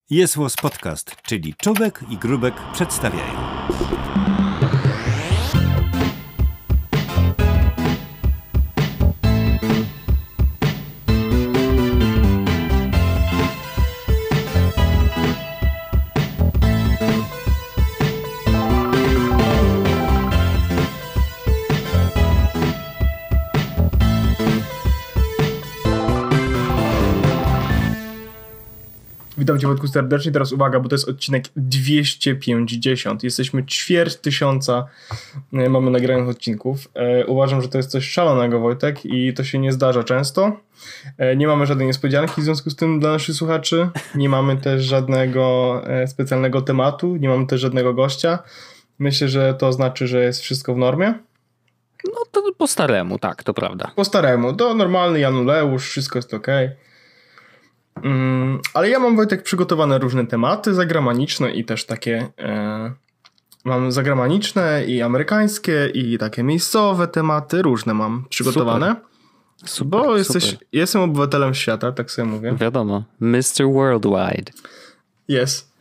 Jest Podcast, czyli Czubek i Grubek przedstawiają. Witam Cię, Wojtku, serdecznie. Teraz uwaga, bo to jest odcinek 250. Jesteśmy 250 mamy nagranych odcinków. Uważam, że to jest coś szalonego, Wojtek, i to się nie zdarza często. Nie mamy żadnej niespodzianki w związku z tym dla naszych słuchaczy. Nie mamy też żadnego specjalnego tematu. Nie mamy też żadnego gościa. Myślę, że to znaczy, że jest wszystko w normie. No to po staremu, tak, to prawda. Po staremu, to normalny Januleusz, wszystko jest okej. Ale ja mam, Wojtek, przygotowane różne tematy zagraniczne i też takie mam zagraniczne i amerykańskie i takie miejscowe tematy, różne mam przygotowane. Super, bo jestem obywatelem świata, tak sobie mówię. Wiadomo, Mr. Worldwide. Jest.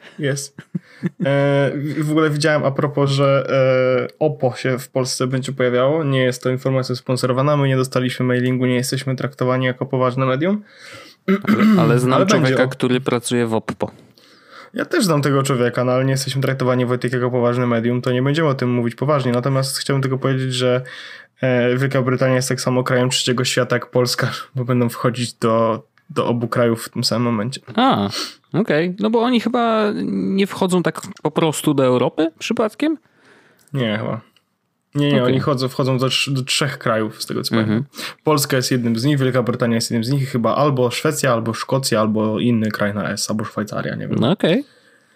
W ogóle widziałem a propos, że Oppo się w Polsce będzie pojawiało. Nie jest to informacja sponsorowana, my nie dostaliśmy mailingu, nie jesteśmy traktowani jako poważne medium. Ale znam człowieka, który pracuje w Oppo. Ja też znam tego człowieka, no ale nie jesteśmy traktowani, Wojtek, jako poważne medium, to nie będziemy o tym mówić poważnie. Natomiast chciałbym tylko powiedzieć, że Wielka Brytania jest tak samo krajem trzeciego świata jak Polska, bo będą wchodzić do obu krajów w tym samym momencie. Okej. No bo oni chyba nie wchodzą tak po prostu do Europy przypadkiem? Nie, chyba. Nie, oni wchodzą do 3 krajów, z tego co pamiętam. Polska jest jednym z nich, Wielka Brytania jest jednym z nich i chyba albo Szwecja, albo Szkocja, albo inny kraj na S, albo Szwajcaria, nie wiem. No okej.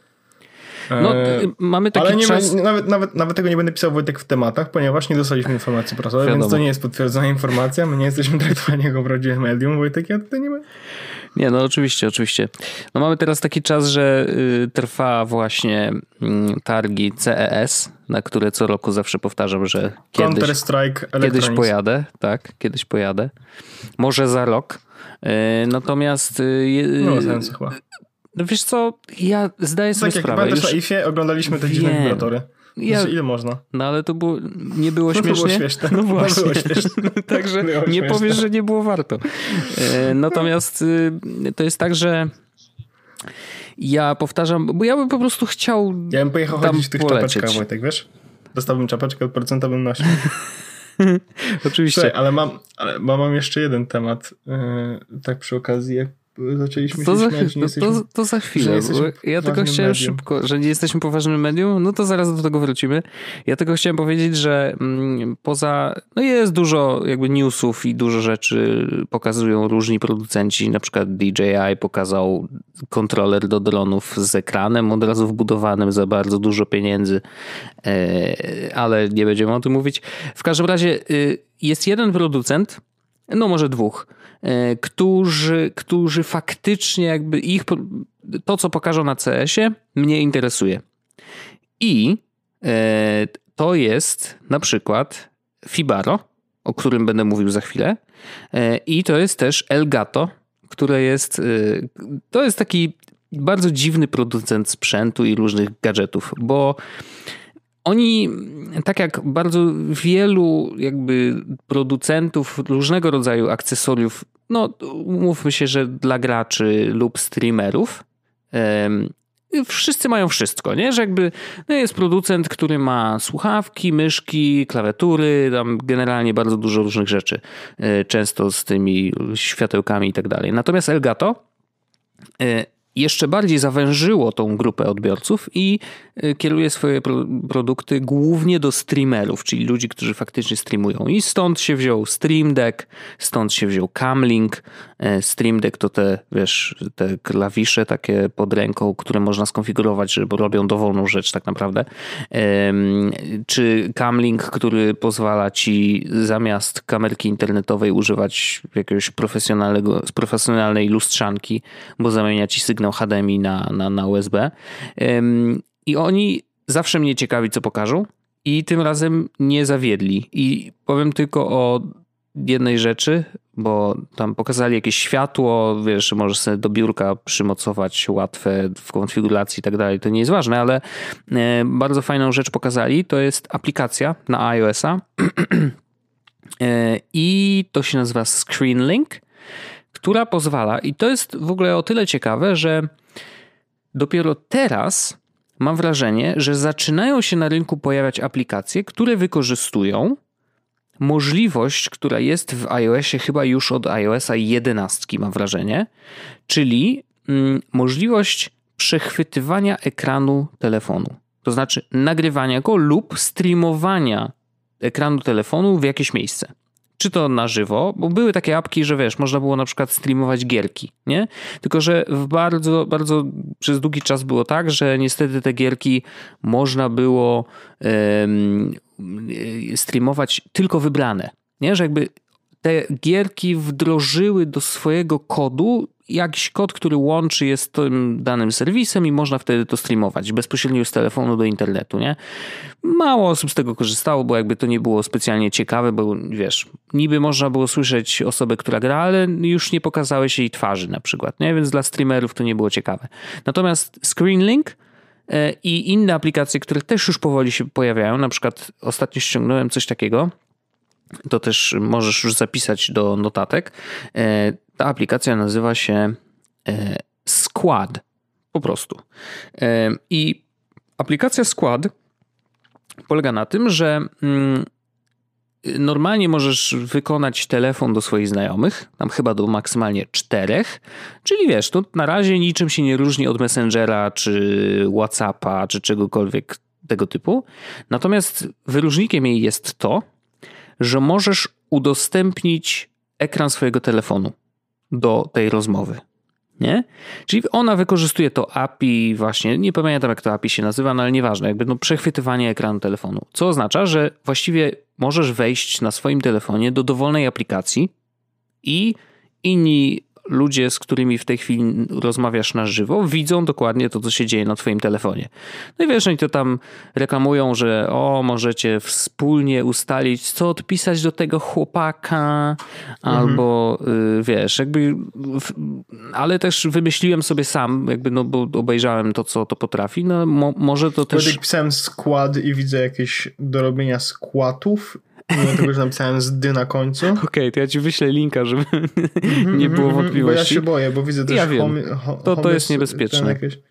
No, mamy taki ale czas... nawet tego nie będę pisał, Wojtek, w tematach, ponieważ nie dostaliśmy informacji prasowej, więc to nie jest potwierdzona informacja, my nie jesteśmy traktowani jako prawdziwe medium, Wojtek, ja tutaj nie będę. Nie, no oczywiście. No mamy teraz taki czas, że trwa targi CES, na które co roku zawsze powtarzam, że kiedyś pojadę. Tak, kiedyś pojadę. Może za rok. Natomiast... No sensu chyba. No wiesz co, ja zdaję sobie sprawę. Tak jak pamiętasz na IFie oglądaliśmy te dziwne wibratory. Ile można? No ale to nie było śmiesznie? To było śmieszne. No właśnie. Było śmieszne. Także nie powiesz, że nie było warto. Natomiast to jest tak, że ja powtarzam, bo ja bym po prostu chciał Ja bym pojechał chodzić w tych czapeczkach, Wojtek, wiesz? Dostałbym czapeczkę, od producenta bym nosił. Oczywiście. Słuchaj, ale mam jeszcze jeden temat. Tak przy okazji, jak zaczęliśmy się śmiać, nie jesteśmy... To za chwilę. Ja tylko chciałem szybko, że nie jesteśmy poważnym medium, no to zaraz do tego wrócimy. Ja tylko chciałem powiedzieć, że jest dużo jakby newsów i dużo rzeczy pokazują różni producenci. Na przykład DJI pokazał kontroler do dronów z ekranem od razu wbudowanym za bardzo dużo pieniędzy, ale nie będziemy o tym mówić. W każdym razie jest jeden producent, no może 2, którzy faktycznie jakby to, co pokażą na CS-ie, mnie interesuje. I to jest na przykład Fibaro, o którym będę mówił za chwilę. I to jest też Elgato, to jest taki bardzo dziwny producent sprzętu i różnych gadżetów, bo oni, tak jak bardzo wielu jakby producentów różnego rodzaju akcesoriów, no umówmy się, że dla graczy lub streamerów, wszyscy mają wszystko, nie? Że jakby jest producent, który ma słuchawki, myszki, klawiatury, tam generalnie bardzo dużo różnych rzeczy, często z tymi światełkami i tak dalej. Natomiast Elgato jeszcze bardziej zawężyło tą grupę odbiorców i kieruje swoje produkty głównie do streamerów, czyli ludzi, którzy faktycznie streamują. I stąd się wziął Stream Deck, stąd się wziął Camlink. Stream Deck to te klawisze takie pod ręką, które można skonfigurować, żeby robią dowolną rzecz tak naprawdę. Czy Camlink, który pozwala ci zamiast kamerki internetowej używać jakiegoś profesjonalnej lustrzanki, bo zamienia ci sygnał HDMI na USB. I oni zawsze mnie ciekawi, co pokażą, i tym razem nie zawiedli. I powiem tylko o jednej rzeczy, bo tam pokazali jakieś światło, wiesz, możesz sobie do biurka przymocować łatwe w konfiguracji i tak dalej, to nie jest ważne, ale bardzo fajną rzecz pokazali, to jest aplikacja na iOS-a i to się nazywa ScreenLink, która pozwala, i to jest w ogóle o tyle ciekawe, że dopiero teraz mam wrażenie, że zaczynają się na rynku pojawiać aplikacje, które wykorzystują możliwość, która jest w iOSie chyba już od iOSa 11, mam wrażenie, czyli możliwość przechwytywania ekranu telefonu. To znaczy nagrywania go lub streamowania ekranu telefonu w jakieś miejsce. Czy to na żywo, bo były takie apki, że wiesz, można było na przykład streamować gierki, nie? Tylko że w bardzo przez długi czas było tak, że niestety te gierki można było streamować tylko wybrane, nie? Że jakby te gierki wdrożyły do swojego kodu jakiś kod, który łączy je z tym danym serwisem i można wtedy to streamować bezpośrednio z telefonu do internetu, nie? Mało osób z tego korzystało, bo jakby to nie było specjalnie ciekawe, bo wiesz, niby można było słyszeć osobę, która gra, ale już nie pokazały się jej twarzy na przykład, nie? Więc dla streamerów to nie było ciekawe. Natomiast ScreenLink i inne aplikacje, które też już powoli się pojawiają, na przykład ostatnio ściągnąłem coś takiego, to też możesz już zapisać do notatek. Ta aplikacja nazywa się Squad. Po prostu. I aplikacja Squad polega na tym, że normalnie możesz wykonać telefon do swoich znajomych, tam chyba do maksymalnie 4, czyli wiesz, to na razie niczym się nie różni od Messengera, czy WhatsAppa, czy czegokolwiek tego typu. Natomiast wyróżnikiem jej jest to, że możesz udostępnić ekran swojego telefonu do tej rozmowy, nie? Czyli ona wykorzystuje to API właśnie, nie pamiętam jak to API się nazywa, no ale nieważne, jakby przechwytywanie ekranu telefonu, co oznacza, że właściwie możesz wejść na swoim telefonie do dowolnej aplikacji i inni ludzie, z którymi w tej chwili rozmawiasz na żywo, widzą dokładnie to, co się dzieje na twoim telefonie. No i wiesz, oni to tam reklamują, że możecie wspólnie ustalić, co odpisać do tego chłopaka, albo wiesz, jakby, ale też wymyśliłem sobie sam, jakby, no bo obejrzałem to, co to potrafi, no może to też... Jak pisałem skład i widzę jakieś do robienia składów, mimo tego, że napisałem z dy na końcu. Okej, to ja ci wyślę linka, żeby nie było wątpliwości. Bo ja się boję, bo widzę też... Ja wiem, to jest niebezpieczne.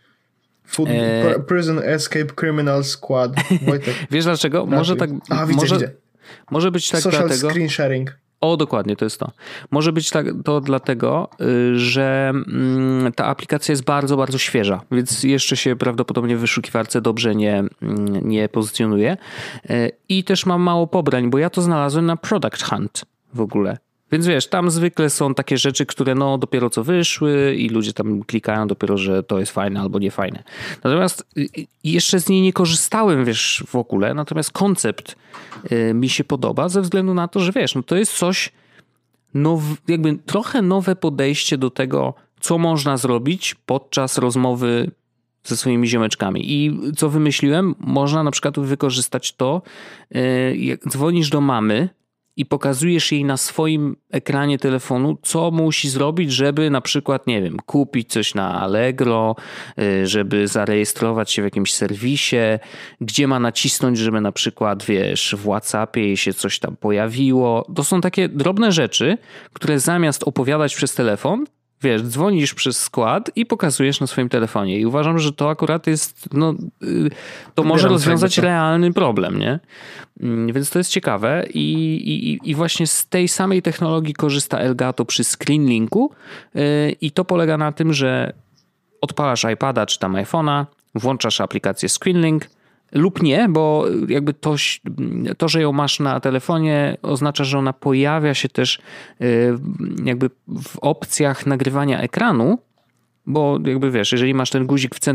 Prison Escape Criminal Squad. Wojtek. Wiesz dlaczego? Może tak... widzę. Może być tak Social dlatego... screen sharing. O, dokładnie, to jest to. Może być tak to dlatego, że ta aplikacja jest bardzo, bardzo świeża, więc jeszcze się prawdopodobnie w wyszukiwarce dobrze nie pozycjonuje. I też mam mało pobrań, bo ja to znalazłem na Product Hunt w ogóle. Więc wiesz, tam zwykle są takie rzeczy, które no dopiero co wyszły i ludzie tam klikają dopiero, że to jest fajne albo nie fajne. Natomiast jeszcze z niej nie korzystałem, wiesz, w ogóle. Natomiast koncept mi się podoba ze względu na to, że wiesz, no to jest coś, jakby trochę nowe podejście do tego, co można zrobić podczas rozmowy ze swoimi ziomeczkami. I co wymyśliłem? Można na przykład wykorzystać to, jak dzwonisz do mamy i pokazujesz jej na swoim ekranie telefonu, co musi zrobić, żeby na przykład, nie wiem, kupić coś na Allegro, żeby zarejestrować się w jakimś serwisie, gdzie ma nacisnąć, żeby na przykład, wiesz, w WhatsAppie jej się coś tam pojawiło. To są takie drobne rzeczy, które zamiast opowiadać przez telefon, wiesz, dzwonisz przez skład i pokazujesz na swoim telefonie. I uważam, że to akurat jest, to może rozwiązać realny problem, nie? Więc to jest ciekawe i właśnie z tej samej technologii korzysta Elgato przy ScreenLinku i to polega na tym, że odpalasz iPada czy tam iPhone'a, włączasz aplikację ScreenLink lub nie, bo jakby to, że ją masz na telefonie, oznacza, że ona pojawia się też jakby w opcjach nagrywania ekranu, bo jakby wiesz, jeżeli masz ten guzik w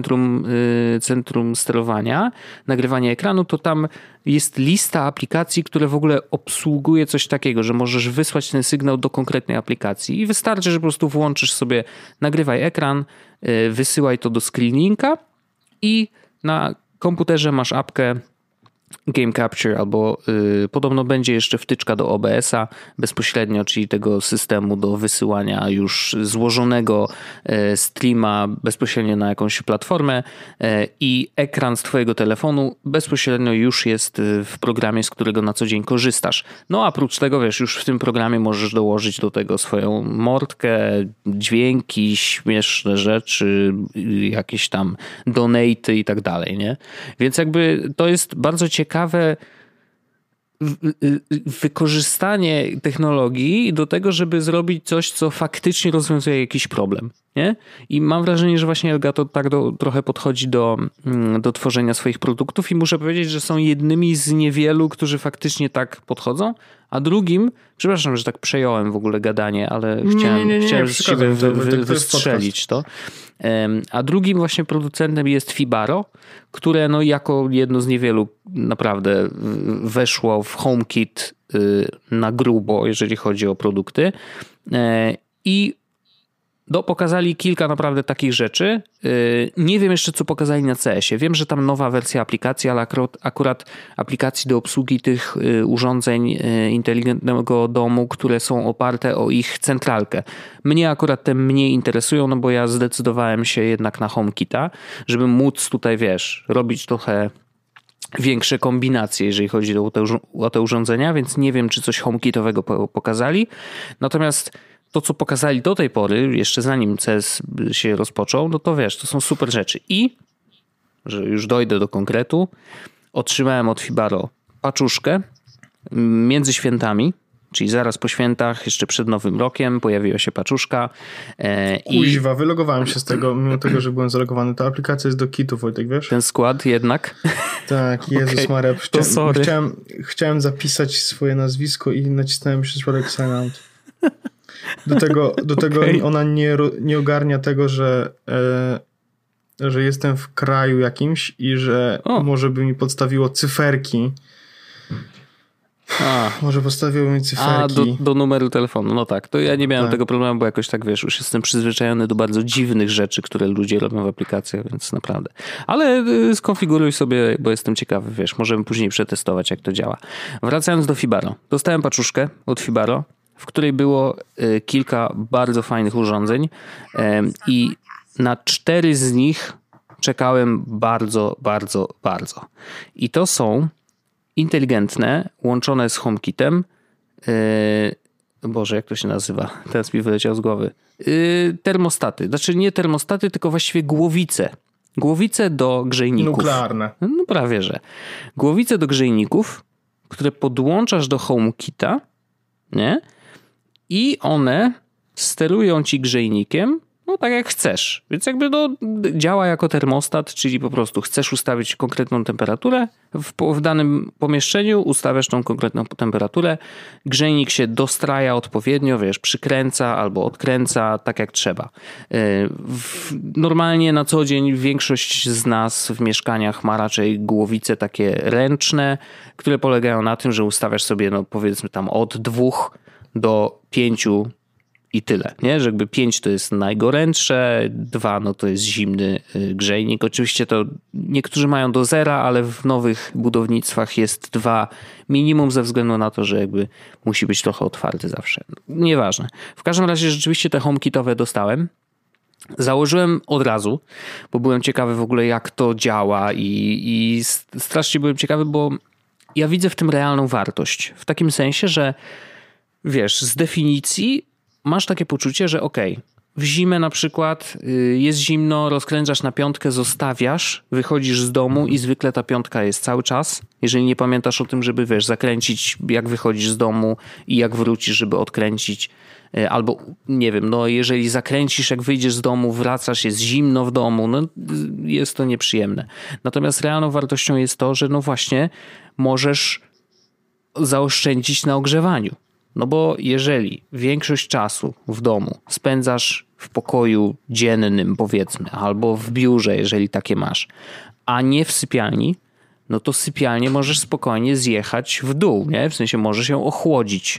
centrum sterowania, nagrywania ekranu, to tam jest lista aplikacji, które w ogóle obsługuje coś takiego, że możesz wysłać ten sygnał do konkretnej aplikacji i wystarczy, że po prostu włączysz sobie nagrywaj ekran, wysyłaj to do ScreenLinka i na komputerze masz apkę, Game Capture, albo podobno będzie jeszcze wtyczka do OBS-a bezpośrednio, czyli tego systemu do wysyłania już złożonego streama bezpośrednio na jakąś platformę i ekran z twojego telefonu bezpośrednio już jest w programie, z którego na co dzień korzystasz. No a oprócz tego, wiesz, już w tym programie możesz dołożyć do tego swoją mordkę, dźwięki, śmieszne rzeczy, jakieś tam donaty i tak dalej, nie? Więc jakby to jest bardzo ciekawe wykorzystanie technologii do tego, żeby zrobić coś, co faktycznie rozwiązuje jakiś problem, nie? I mam wrażenie, że właśnie Elgato tak trochę podchodzi do tworzenia swoich produktów i muszę powiedzieć, że są jednymi z niewielu, którzy faktycznie tak podchodzą, a drugim, przepraszam, że tak przejąłem w ogóle gadanie, ale chciałem z siebie wystrzelić to. A drugim właśnie producentem jest Fibaro, które no jako jedno z niewielu naprawdę weszło w HomeKit na grubo, jeżeli chodzi o produkty. I pokazali kilka naprawdę takich rzeczy. Nie wiem jeszcze, co pokazali na CS-ie. Wiem, że tam nowa wersja aplikacji, ale akurat aplikacji do obsługi tych urządzeń inteligentnego domu, które są oparte o ich centralkę. Mnie akurat te mniej interesują, no bo ja zdecydowałem się jednak na HomeKita, żeby móc tutaj, wiesz, robić trochę większe kombinacje, jeżeli chodzi o te urządzenia, więc nie wiem, czy coś HomeKitowego pokazali. Natomiast to, co pokazali do tej pory, jeszcze zanim CS się rozpoczął, no to wiesz, to są super rzeczy. I, że już dojdę do konkretu, otrzymałem od Fibaro paczuszkę między świętami, czyli zaraz po świętach, jeszcze przed Nowym Rokiem pojawiła się paczuszka. Kuźwa, wylogowałem się z tego, mimo tego, że byłem zalogowany. Ta aplikacja jest do kitu, Wojtek, wiesz? Ten skład jednak. Tak, Jezus Maria. Chciałem zapisać swoje nazwisko i nacisnąłem przypadek sign out. Do tego ona nie ogarnia tego, że jestem w kraju jakimś i że może by mi podstawiło cyferki. Może postawiło mi cyferki. Do numeru telefonu. No tak, to ja nie miałem tego problemu, bo jakoś tak, wiesz, już jestem przyzwyczajony do bardzo dziwnych rzeczy, które ludzie robią w aplikacjach, więc naprawdę. Ale skonfiguruj sobie, bo jestem ciekawy, wiesz, możemy później przetestować, jak to działa. Wracając do Fibaro. Dostałem paczuszkę od Fibaro, w której było kilka bardzo fajnych urządzeń i na 4 z nich czekałem bardzo, bardzo, bardzo. I to są inteligentne, łączone z HomeKitem. Boże, jak to się nazywa? Teraz mi wyleciał z głowy. Termostaty. Znaczy nie termostaty, tylko właściwie głowice. Głowice do grzejników. Nuklearne. No prawie, że. Głowice do grzejników, które podłączasz do HomeKita, nie? I one sterują ci grzejnikiem, no tak jak chcesz. Więc jakby działa jako termostat, czyli po prostu chcesz ustawić konkretną temperaturę w danym pomieszczeniu, ustawiasz tą konkretną temperaturę, grzejnik się dostraja odpowiednio, wiesz, przykręca albo odkręca tak jak trzeba. Normalnie na co dzień większość z nas w mieszkaniach ma raczej głowice takie ręczne, które polegają na tym, że ustawiasz sobie, no powiedzmy tam od 2 do 5 i tyle, nie? Że jakby 5 to jest najgorętsze, 2 no to jest zimny grzejnik. Oczywiście to niektórzy mają do 0, ale w nowych budownictwach jest 2 minimum ze względu na to, że jakby musi być trochę otwarty zawsze. Nieważne. W każdym razie rzeczywiście te HomeKitowe dostałem. Założyłem od razu, bo byłem ciekawy w ogóle jak to działa i strasznie byłem ciekawy, bo ja widzę w tym realną wartość. W takim sensie, że wiesz, z definicji masz takie poczucie, że w zimę na przykład jest zimno, rozkręcasz na 5, zostawiasz, wychodzisz z domu i zwykle ta 5 jest cały czas. Jeżeli nie pamiętasz o tym, żeby wiesz, zakręcić jak wychodzisz z domu i jak wrócisz, żeby odkręcić. Albo nie wiem, no jeżeli zakręcisz, jak wyjdziesz z domu, wracasz, jest zimno w domu, no jest to nieprzyjemne. Natomiast realną wartością jest to, że no właśnie możesz zaoszczędzić na ogrzewaniu. No bo jeżeli większość czasu w domu spędzasz w pokoju dziennym, powiedzmy, albo w biurze, jeżeli takie masz, a nie w sypialni, no to sypialnię możesz spokojnie zjechać w dół, nie? W sensie możesz ją ochłodzić.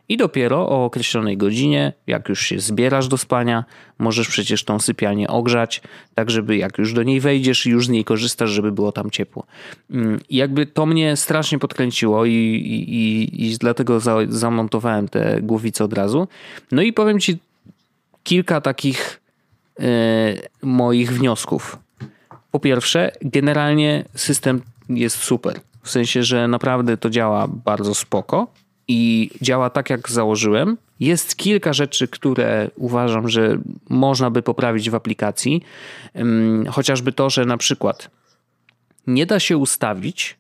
I dopiero o określonej godzinie, jak już się zbierasz do spania, możesz przecież tą sypialnię ogrzać, tak żeby jak już do niej wejdziesz i już z niej korzystasz, żeby było tam ciepło. I jakby to mnie strasznie podkręciło i dlatego zamontowałem te głowice od razu. No i powiem ci kilka takich moich wniosków. Po pierwsze, generalnie system jest super. W sensie, że naprawdę to działa bardzo spoko i działa tak, jak założyłem. Jest kilka rzeczy, które uważam, że można by poprawić w aplikacji. Chociażby to, że na przykład nie da się ustawić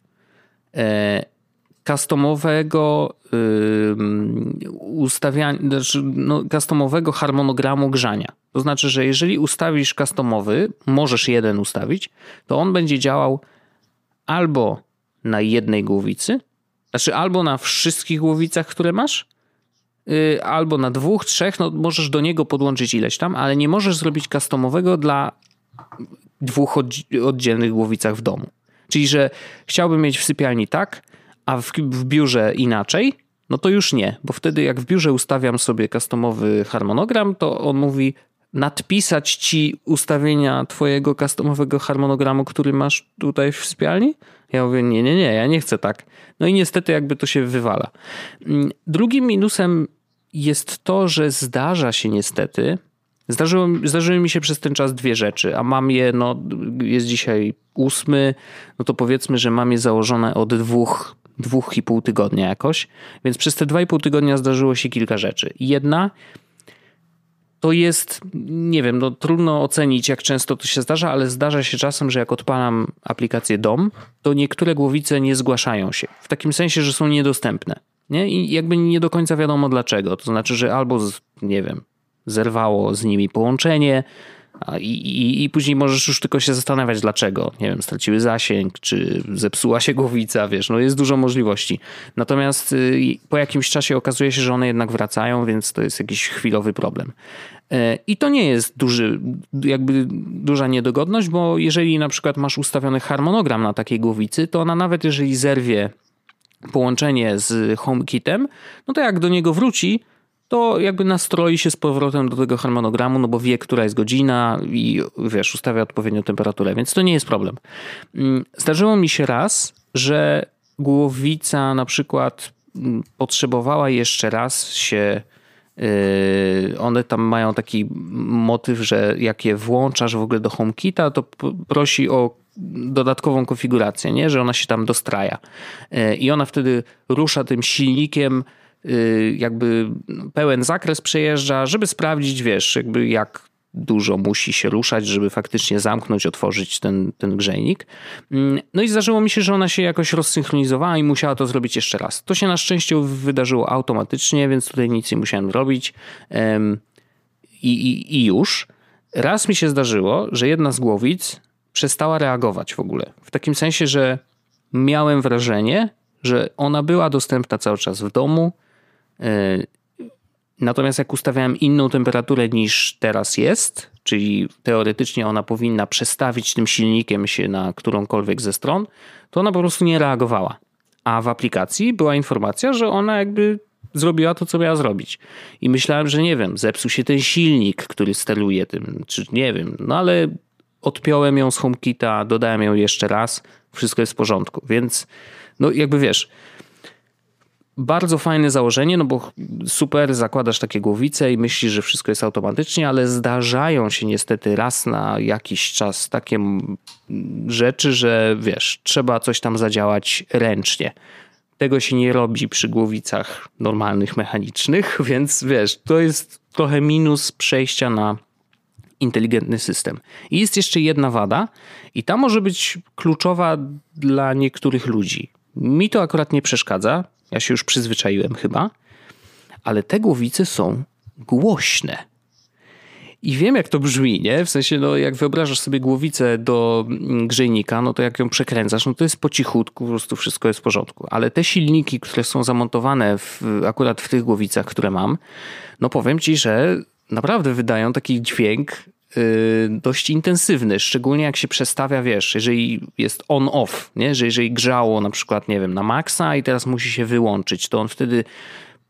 customowego customowego harmonogramu grzania. To znaczy, że jeżeli ustawisz customowy, możesz jeden ustawić, to on będzie działał albo na jednej głowicy, znaczy albo na wszystkich głowicach, które masz, albo na 2, 3, no możesz do niego podłączyć ileś tam, ale nie możesz zrobić customowego dla 2 oddzielnych głowicach w domu. Czyli, że chciałbym mieć w sypialni tak, a w biurze inaczej, no to już nie, bo wtedy jak w biurze ustawiam sobie customowy harmonogram, to on mówi nadpisać ci ustawienia twojego customowego harmonogramu, który masz tutaj w sypialni? Ja mówię, nie, ja nie chcę tak. No i niestety jakby to się wywala. Drugim minusem jest to, że zdarza się niestety, zdarzyły mi się przez ten czas 2 rzeczy, a mam je, no jest dzisiaj 8, no to powiedzmy, że mam je założone od 2,5 tygodnia jakoś, więc przez te 2,5 tygodnia zdarzyło się kilka rzeczy. Jedna to jest, nie wiem, no trudno ocenić, jak często to się zdarza, ale zdarza się czasem, że jak odpalam aplikację Dom, to niektóre głowice nie zgłaszają się. W takim sensie, że są niedostępne. Nie? I jakby nie do końca wiadomo dlaczego. To znaczy, że albo, nie wiem, zerwało z nimi połączenie i później możesz już tylko się zastanawiać dlaczego. Nie wiem, straciły zasięg, czy zepsuła się głowica, wiesz, no jest dużo możliwości. Natomiast po jakimś czasie okazuje się, że one jednak wracają, więc to jest jakiś chwilowy problem. I to nie jest duża niedogodność, bo jeżeli na przykład masz ustawiony harmonogram na takiej głowicy, to ona nawet jeżeli zerwie połączenie z HomeKitem, no to jak do niego wróci, to jakby nastroi się z powrotem do tego harmonogramu, no bo wie, która jest godzina i wiesz, ustawia odpowiednią temperaturę, więc to nie jest problem. Zdarzyło mi się raz, że głowica na przykład potrzebowała jeszcze raz się, one tam mają taki motyw, że jak je włączasz w ogóle do HomeKita, to prosi o dodatkową konfigurację, nie? Że ona się tam dostraja. I ona wtedy rusza tym silnikiem, jakby pełen zakres przejeżdża, żeby sprawdzić, wiesz, jakby jak dużo musi się ruszać, żeby faktycznie zamknąć, otworzyć ten grzejnik. No i zdarzyło mi się, że ona się jakoś rozsynchronizowała i musiała to zrobić jeszcze raz. To się na szczęście wydarzyło automatycznie, więc tutaj nic nie musiałem robić. I już. Raz mi się zdarzyło, że jedna z głowic przestała reagować w ogóle. W takim sensie, że miałem wrażenie, że ona była dostępna cały czas w domu, natomiast jak ustawiałem inną temperaturę niż teraz jest, czyli teoretycznie ona powinna przestawić tym silnikiem się na którąkolwiek ze stron, to ona po prostu nie reagowała. A w aplikacji była informacja, że ona jakby zrobiła to, co miała zrobić. I myślałem, że nie wiem, zepsuł się ten silnik, który steruje tym, czy nie wiem, no ale odpiąłem ją z HomeKita, dodałem ją jeszcze raz, wszystko jest w porządku, więc no jakby wiesz, bardzo fajne założenie, no bo super, zakładasz takie głowice i myślisz, że wszystko jest automatycznie, ale zdarzają się niestety raz na jakiś czas takie rzeczy, że wiesz, trzeba coś tam zadziałać ręcznie. Tego się nie robi przy głowicach normalnych, mechanicznych, więc wiesz, to jest trochę minus przejścia na inteligentny system. I jest jeszcze jedna wada i ta może być kluczowa dla niektórych ludzi. Mi to akurat nie przeszkadza, ja się już przyzwyczaiłem chyba, ale te głowice są głośne. I wiem, jak to brzmi, nie? W sensie, no jak wyobrażasz sobie głowicę do grzejnika, no to jak ją przekręcasz, no to jest po cichutku, po prostu wszystko jest w porządku. Ale te silniki, które są zamontowane akurat w tych głowicach, które mam, no powiem ci, że naprawdę wydają taki dźwięk dość intensywny, szczególnie jak się przestawia, wiesz, jeżeli jest on-off, nie? Że jeżeli grzało na przykład, nie wiem, na maksa i teraz musi się wyłączyć, to on wtedy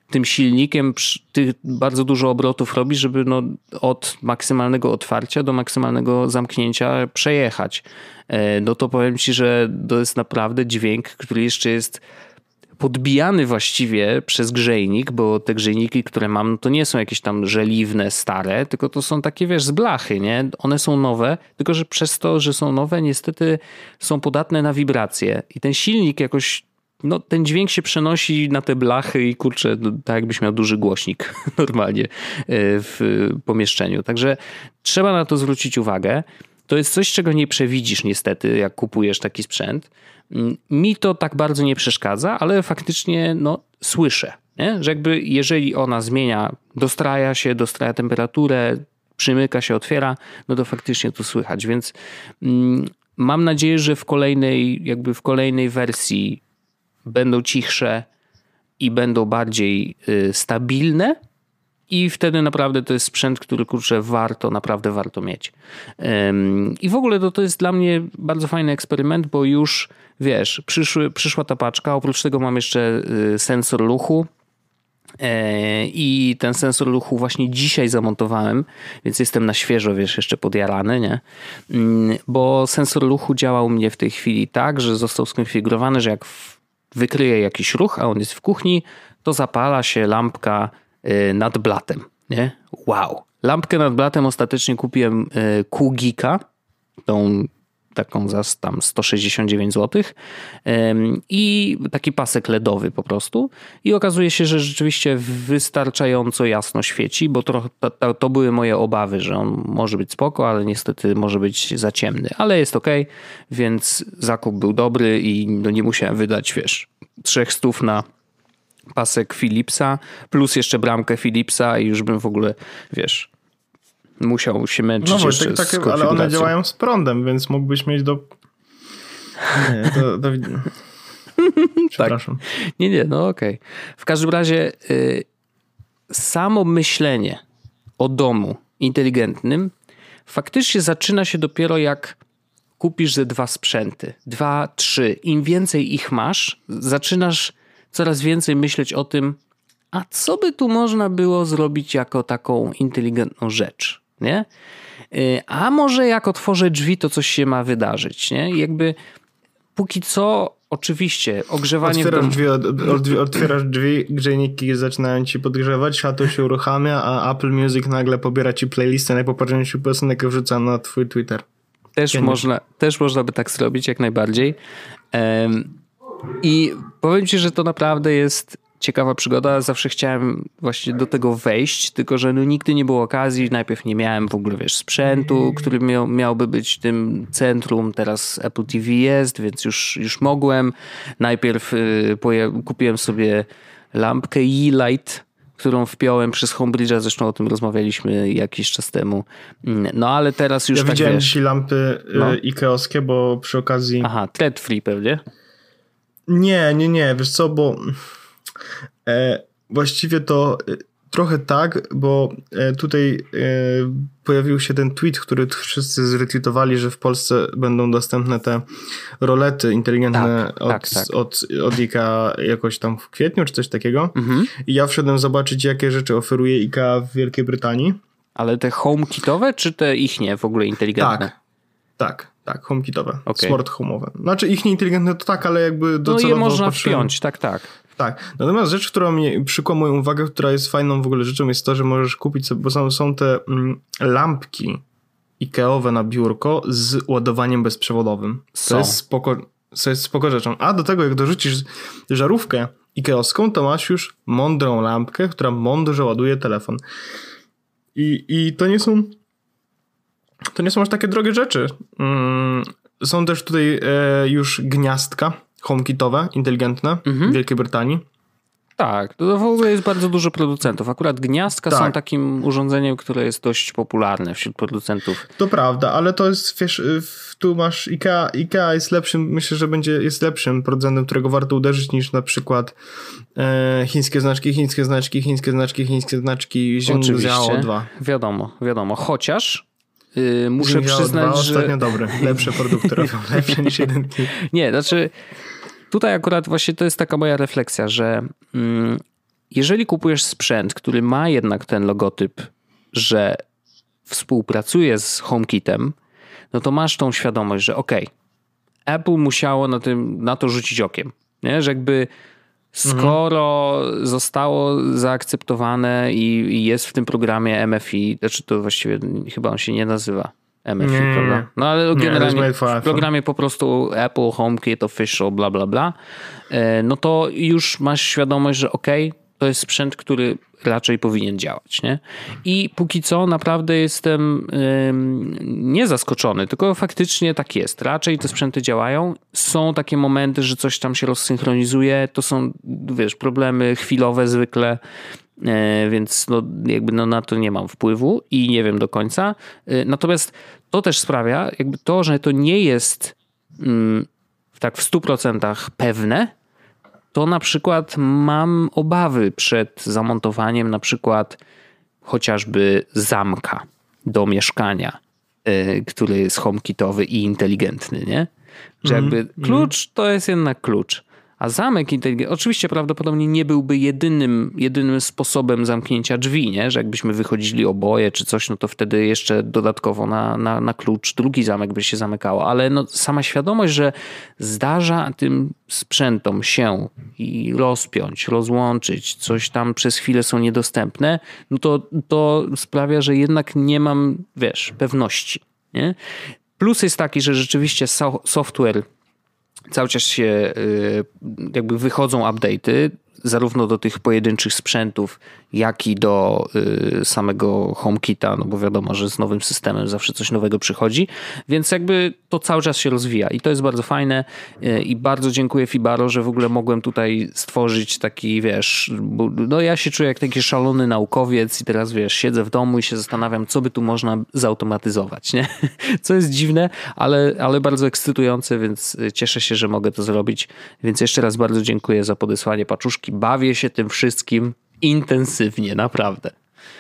tym silnikiem ty bardzo dużo obrotów robi, żeby no od maksymalnego otwarcia do maksymalnego zamknięcia przejechać. No to powiem ci, że to jest naprawdę dźwięk, który jeszcze jest podbijany właściwie przez grzejnik, bo te grzejniki, które mam, no to nie są jakieś tam żeliwne, stare, tylko to są takie, wiesz, z blachy, nie? One są nowe, tylko że przez to, że są nowe, niestety są podatne na wibracje i ten silnik jakoś, no ten dźwięk się przenosi na te blachy i kurczę, tak jakbyś miał duży głośnik normalnie w pomieszczeniu. Także trzeba na to zwrócić uwagę. To jest coś, czego nie przewidzisz niestety, jak kupujesz taki sprzęt. Mi to tak bardzo nie przeszkadza, ale faktycznie no, słyszę, nie? Że jakby jeżeli ona zmienia, dostraja temperaturę, przymyka się, otwiera, no to faktycznie to słychać. Więc mam nadzieję, że w kolejnej wersji będą cichsze i będą bardziej stabilne. I wtedy naprawdę to jest sprzęt, który kurczę naprawdę warto mieć. I w ogóle to jest dla mnie bardzo fajny eksperyment, bo już wiesz, przyszła ta paczka, oprócz tego mam jeszcze sensor ruchu i ten sensor ruchu właśnie dzisiaj zamontowałem, więc jestem na świeżo, wiesz, jeszcze podjarany, nie? Bo sensor ruchu działa u mnie w tej chwili tak, że został skonfigurowany, że jak wykryje jakiś ruch, a on jest w kuchni, to zapala się lampka nad blatem, nie? Wow. Lampkę nad blatem ostatecznie kupiłem Qgeeka, tą taką za tam 169 zł i taki pasek LEDowy po prostu i okazuje się, że rzeczywiście wystarczająco jasno świeci, bo to były moje obawy, że on może być spoko, ale niestety może być za ciemny, ale jest okej, więc zakup był dobry i no nie musiałem wydać, wiesz, 300 na pasek Philipsa, plus jeszcze bramkę Philipsa i już bym w ogóle, wiesz, musiał się męczyć jeszcze z konfiguracją. Ale one działają z prądem, więc mógłbyś mieć do... Nie, Przepraszam. Tak. Nie, no okej. W każdym razie samo myślenie o domu inteligentnym faktycznie zaczyna się dopiero jak kupisz ze 2 sprzęty. 2, 3. Im więcej ich masz, zaczynasz coraz więcej myśleć o tym, a co by tu można było zrobić jako taką inteligentną rzecz, nie? A może jak otworzę drzwi, to coś się ma wydarzyć, nie? I jakby póki co oczywiście ogrzewanie Otwierasz drzwi, grzejniki zaczynają ci podgrzewać, światło się uruchamia, a Apple Music nagle pobiera ci playlistę najpopularniejszych piosenek i wrzuca na twój Twitter. Też można by tak zrobić, jak najbardziej. I powiem ci, że to naprawdę jest ciekawa przygoda. Zawsze chciałem właśnie do tego wejść, tylko że no nigdy nie było okazji. Najpierw nie miałem w ogóle, wiesz, sprzętu, który miałby być tym centrum. Teraz Apple TV jest, więc już mogłem. Najpierw kupiłem sobie lampkę Yeelight, którą wpiąłem przez Homebridge'a. Zresztą o tym rozmawialiśmy jakiś czas temu. No ale teraz już ja tak widziałem wiesz, dzisiaj lampy Ikeowskie, bo przy okazji... Aha, thread free pewnie? Nie, wiesz co, bo właściwie to trochę tak, bo tutaj pojawił się ten tweet, który wszyscy zretweetowali, że w Polsce będą dostępne te rolety inteligentne od IKEA jakoś tam w kwietniu, czy coś takiego. Mhm. I ja wszedłem zobaczyć, jakie rzeczy oferuje IKEA w Wielkiej Brytanii. Ale te HomeKitowe, czy te ich nie w ogóle inteligentne? Tak, HomeKitowe, smart home'owe. Znaczy ich nieinteligentne to tak, ale jakby docelowo... No je można wpiąć, tak. Tak, natomiast rzecz, która mnie przykła moją uwagę, która jest fajną w ogóle rzeczą, jest to, że możesz kupić sobie, bo są te lampki Ikeowe na biurko z ładowaniem bezprzewodowym. To jest spoko rzeczą. A do tego, jak dorzucisz żarówkę Ikeowską, to masz już mądrą lampkę, która mądrze ładuje telefon. I to nie są aż takie drogie rzeczy. Są też tutaj już gniazdka HomeKitowe, inteligentne w Wielkiej Brytanii. Tak, to w ogóle jest bardzo dużo producentów. Akurat gniazdka są takim urządzeniem, które jest dość popularne wśród producentów. To prawda, ale to jest, wiesz, tu masz IKEA jest lepszym, myślę, że jest lepszym producentem, którego warto uderzyć niż na przykład chińskie znaczki, Oczywiście, 2. Wiadomo. Chociaż muszę przyznać, że... Ostatnio dobre, lepsze produkty robią, lepsze niż jedynki. Nie, znaczy tutaj akurat właśnie to jest taka moja refleksja, że jeżeli kupujesz sprzęt, który ma jednak ten logotyp, że współpracuje z HomeKitem, no to masz tą świadomość, że Apple musiało na to rzucić okiem. Nie? Że jakby skoro zostało zaakceptowane i jest w tym programie MFI, znaczy to właściwie chyba on się nie nazywa MFI, prawda? No ale generalnie w programie po prostu Apple HomeKit Official, bla, bla, bla, no to już masz świadomość, że to jest sprzęt, który raczej powinien działać, nie? I póki co naprawdę jestem nie zaskoczony, tylko faktycznie tak jest. Raczej te sprzęty działają. Są takie momenty, że coś tam się rozsynchronizuje. To są, problemy chwilowe zwykle, więc na to nie mam wpływu i nie wiem do końca. Natomiast to też sprawia, to, że to nie jest tak w 100% pewne, to na przykład mam obawy przed zamontowaniem na przykład chociażby zamka do mieszkania, który jest HomeKitowy i inteligentny, nie? Że klucz to jest jednak klucz. A zamek inteligentny, oczywiście prawdopodobnie nie byłby jedynym sposobem zamknięcia drzwi, nie? Że jakbyśmy wychodzili oboje czy coś, no to wtedy jeszcze dodatkowo na klucz drugi zamek by się zamykało. Ale sama świadomość, że zdarza tym sprzętom się i rozpiąć, rozłączyć, coś tam przez chwilę są niedostępne, no to sprawia, że jednak nie mam, pewności, nie? Plus jest taki, że rzeczywiście software cały czas się wychodzą update'y, zarówno do tych pojedynczych sprzętów, jak i do samego HomeKita, no bo wiadomo, że z nowym systemem zawsze coś nowego przychodzi, więc to cały czas się rozwija i to jest bardzo fajne i bardzo dziękuję Fibaro, że w ogóle mogłem tutaj stworzyć taki, ja się czuję jak taki szalony naukowiec i teraz, siedzę w domu i się zastanawiam, co by tu można zautomatyzować, nie? Co jest dziwne, ale bardzo ekscytujące, więc cieszę się, że mogę to zrobić, więc jeszcze raz bardzo dziękuję za podesłanie paczuszki. Bawię się tym wszystkim intensywnie, naprawdę.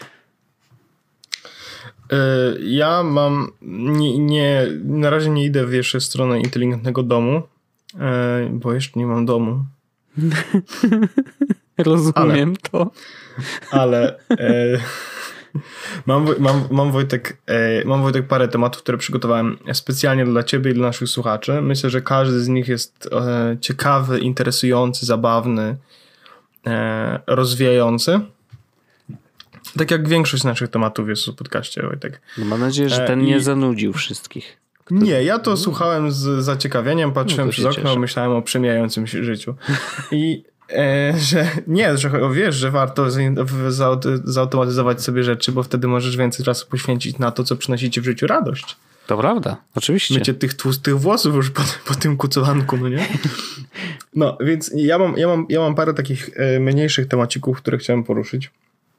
Ja mam na razie nie idę w stronę inteligentnego domu, bo jeszcze nie mam domu. Rozumiem to. Ale mam Wojtek parę tematów, które przygotowałem specjalnie dla ciebie i dla naszych słuchaczy. Myślę, że każdy z nich jest ciekawy, interesujący, zabawny, rozwijający. Tak jak większość naszych tematów jest w podcaście, Wojtek. Mam nadzieję, że ten nie zanudził wszystkich. Nie, ja to słuchałem z zaciekawieniem, patrzyłem przez okno, myślałem o przemijającym się życiu. I że warto zautomatyzować sobie rzeczy, bo wtedy możesz więcej czasu poświęcić na to, co przynosi ci w życiu radość. To prawda, oczywiście. Mycie tych tłustych włosów już po tym kucowanku, no nie? No, więc ja mam parę takich mniejszych temacików, które chciałem poruszyć.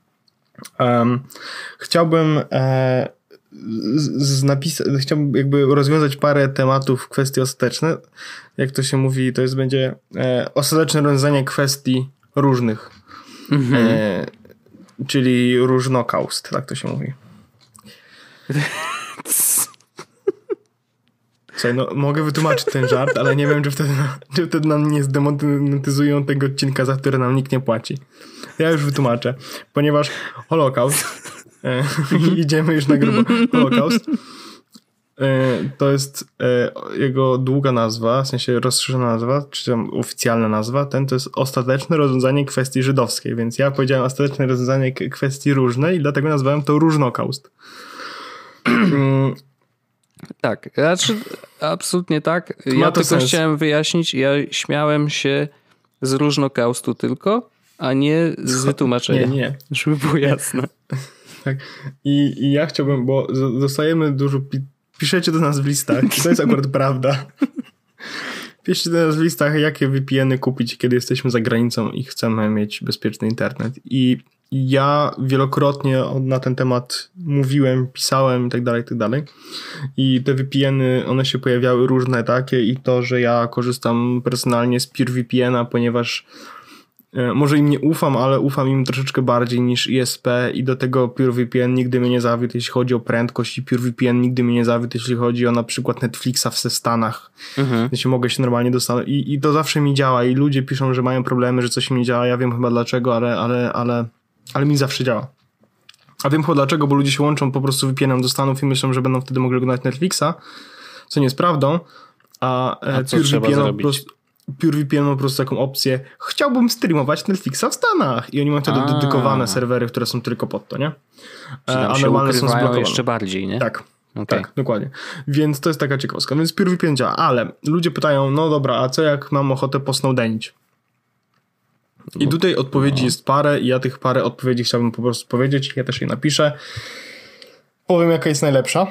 Chciałbym rozwiązać parę tematów, kwestii ostateczne. Jak to się mówi, to będzie ostateczne rozwiązanie kwestii różnych. Czyli różnokaust, tak to się mówi. Słuchaj, mogę wytłumaczyć ten żart, ale nie wiem, czy wtedy nam nie zdemonetyzują tego odcinka, za który nam nikt nie płaci. Ja już wytłumaczę, ponieważ Holokaust idziemy już na grubo. Holokaust to jest jego długa nazwa, w sensie rozszerzona nazwa, czy tam oficjalna nazwa, to jest ostateczne rozwiązanie kwestii żydowskiej, więc ja powiedziałem ostateczne rozwiązanie kwestii różnej i dlatego nazwałem to różnokaust. Tak, absolutnie tak. Ja tylko chciałem wyjaśnić, ja śmiałem się z różnokaustu tylko, a nie z wytłumaczenia. Nie. Żeby było jasne. Tak. I ja chciałbym, bo dostajemy dużo... Piszecie do nas w listach. To jest akurat prawda. Piszcie do nas w listach, jakie VPN-y kupić, kiedy jesteśmy za granicą i chcemy mieć bezpieczny internet. I ja wielokrotnie na ten temat mówiłem, pisałem i tak dalej. I te VPN-y, one się pojawiały różne takie i to, że ja korzystam personalnie z PureVPN-a, ponieważ może im nie ufam, ale ufam im troszeczkę bardziej niż ISP i do tego PureVPN nigdy mnie nie zawiódł, jeśli chodzi o prędkość i PureVPN nigdy mnie nie zawiódł, jeśli chodzi o na przykład Netflixa w Stanach. Jeśli mogę się normalnie dostać. I to zawsze mi działa i ludzie piszą, że mają problemy, że coś im nie działa. Ja wiem chyba dlaczego, ale mi zawsze działa. A wiem chyba dlaczego, bo ludzie się łączą po prostu VPN-em do Stanów i myślą, że będą wtedy mogli oglądać Netflixa, co nie jest prawdą. A PureVPN ma po prostu taką opcję, chciałbym streamować Netflixa w Stanach i oni mają wtedy dedykowane serwery, które są tylko pod to, nie? A normalne są zblokowane. Jeszcze bardziej, nie? Tak. Okay. Tak, dokładnie. Więc to jest taka ciekawostka. Więc PureVPN działa, ale ludzie pytają, no dobra, a co jak mam ochotę posnowdenić? I tutaj odpowiedzi jest parę i ja tych parę odpowiedzi chciałbym po prostu powiedzieć. Ja też je napiszę. Powiem, jaka jest najlepsza.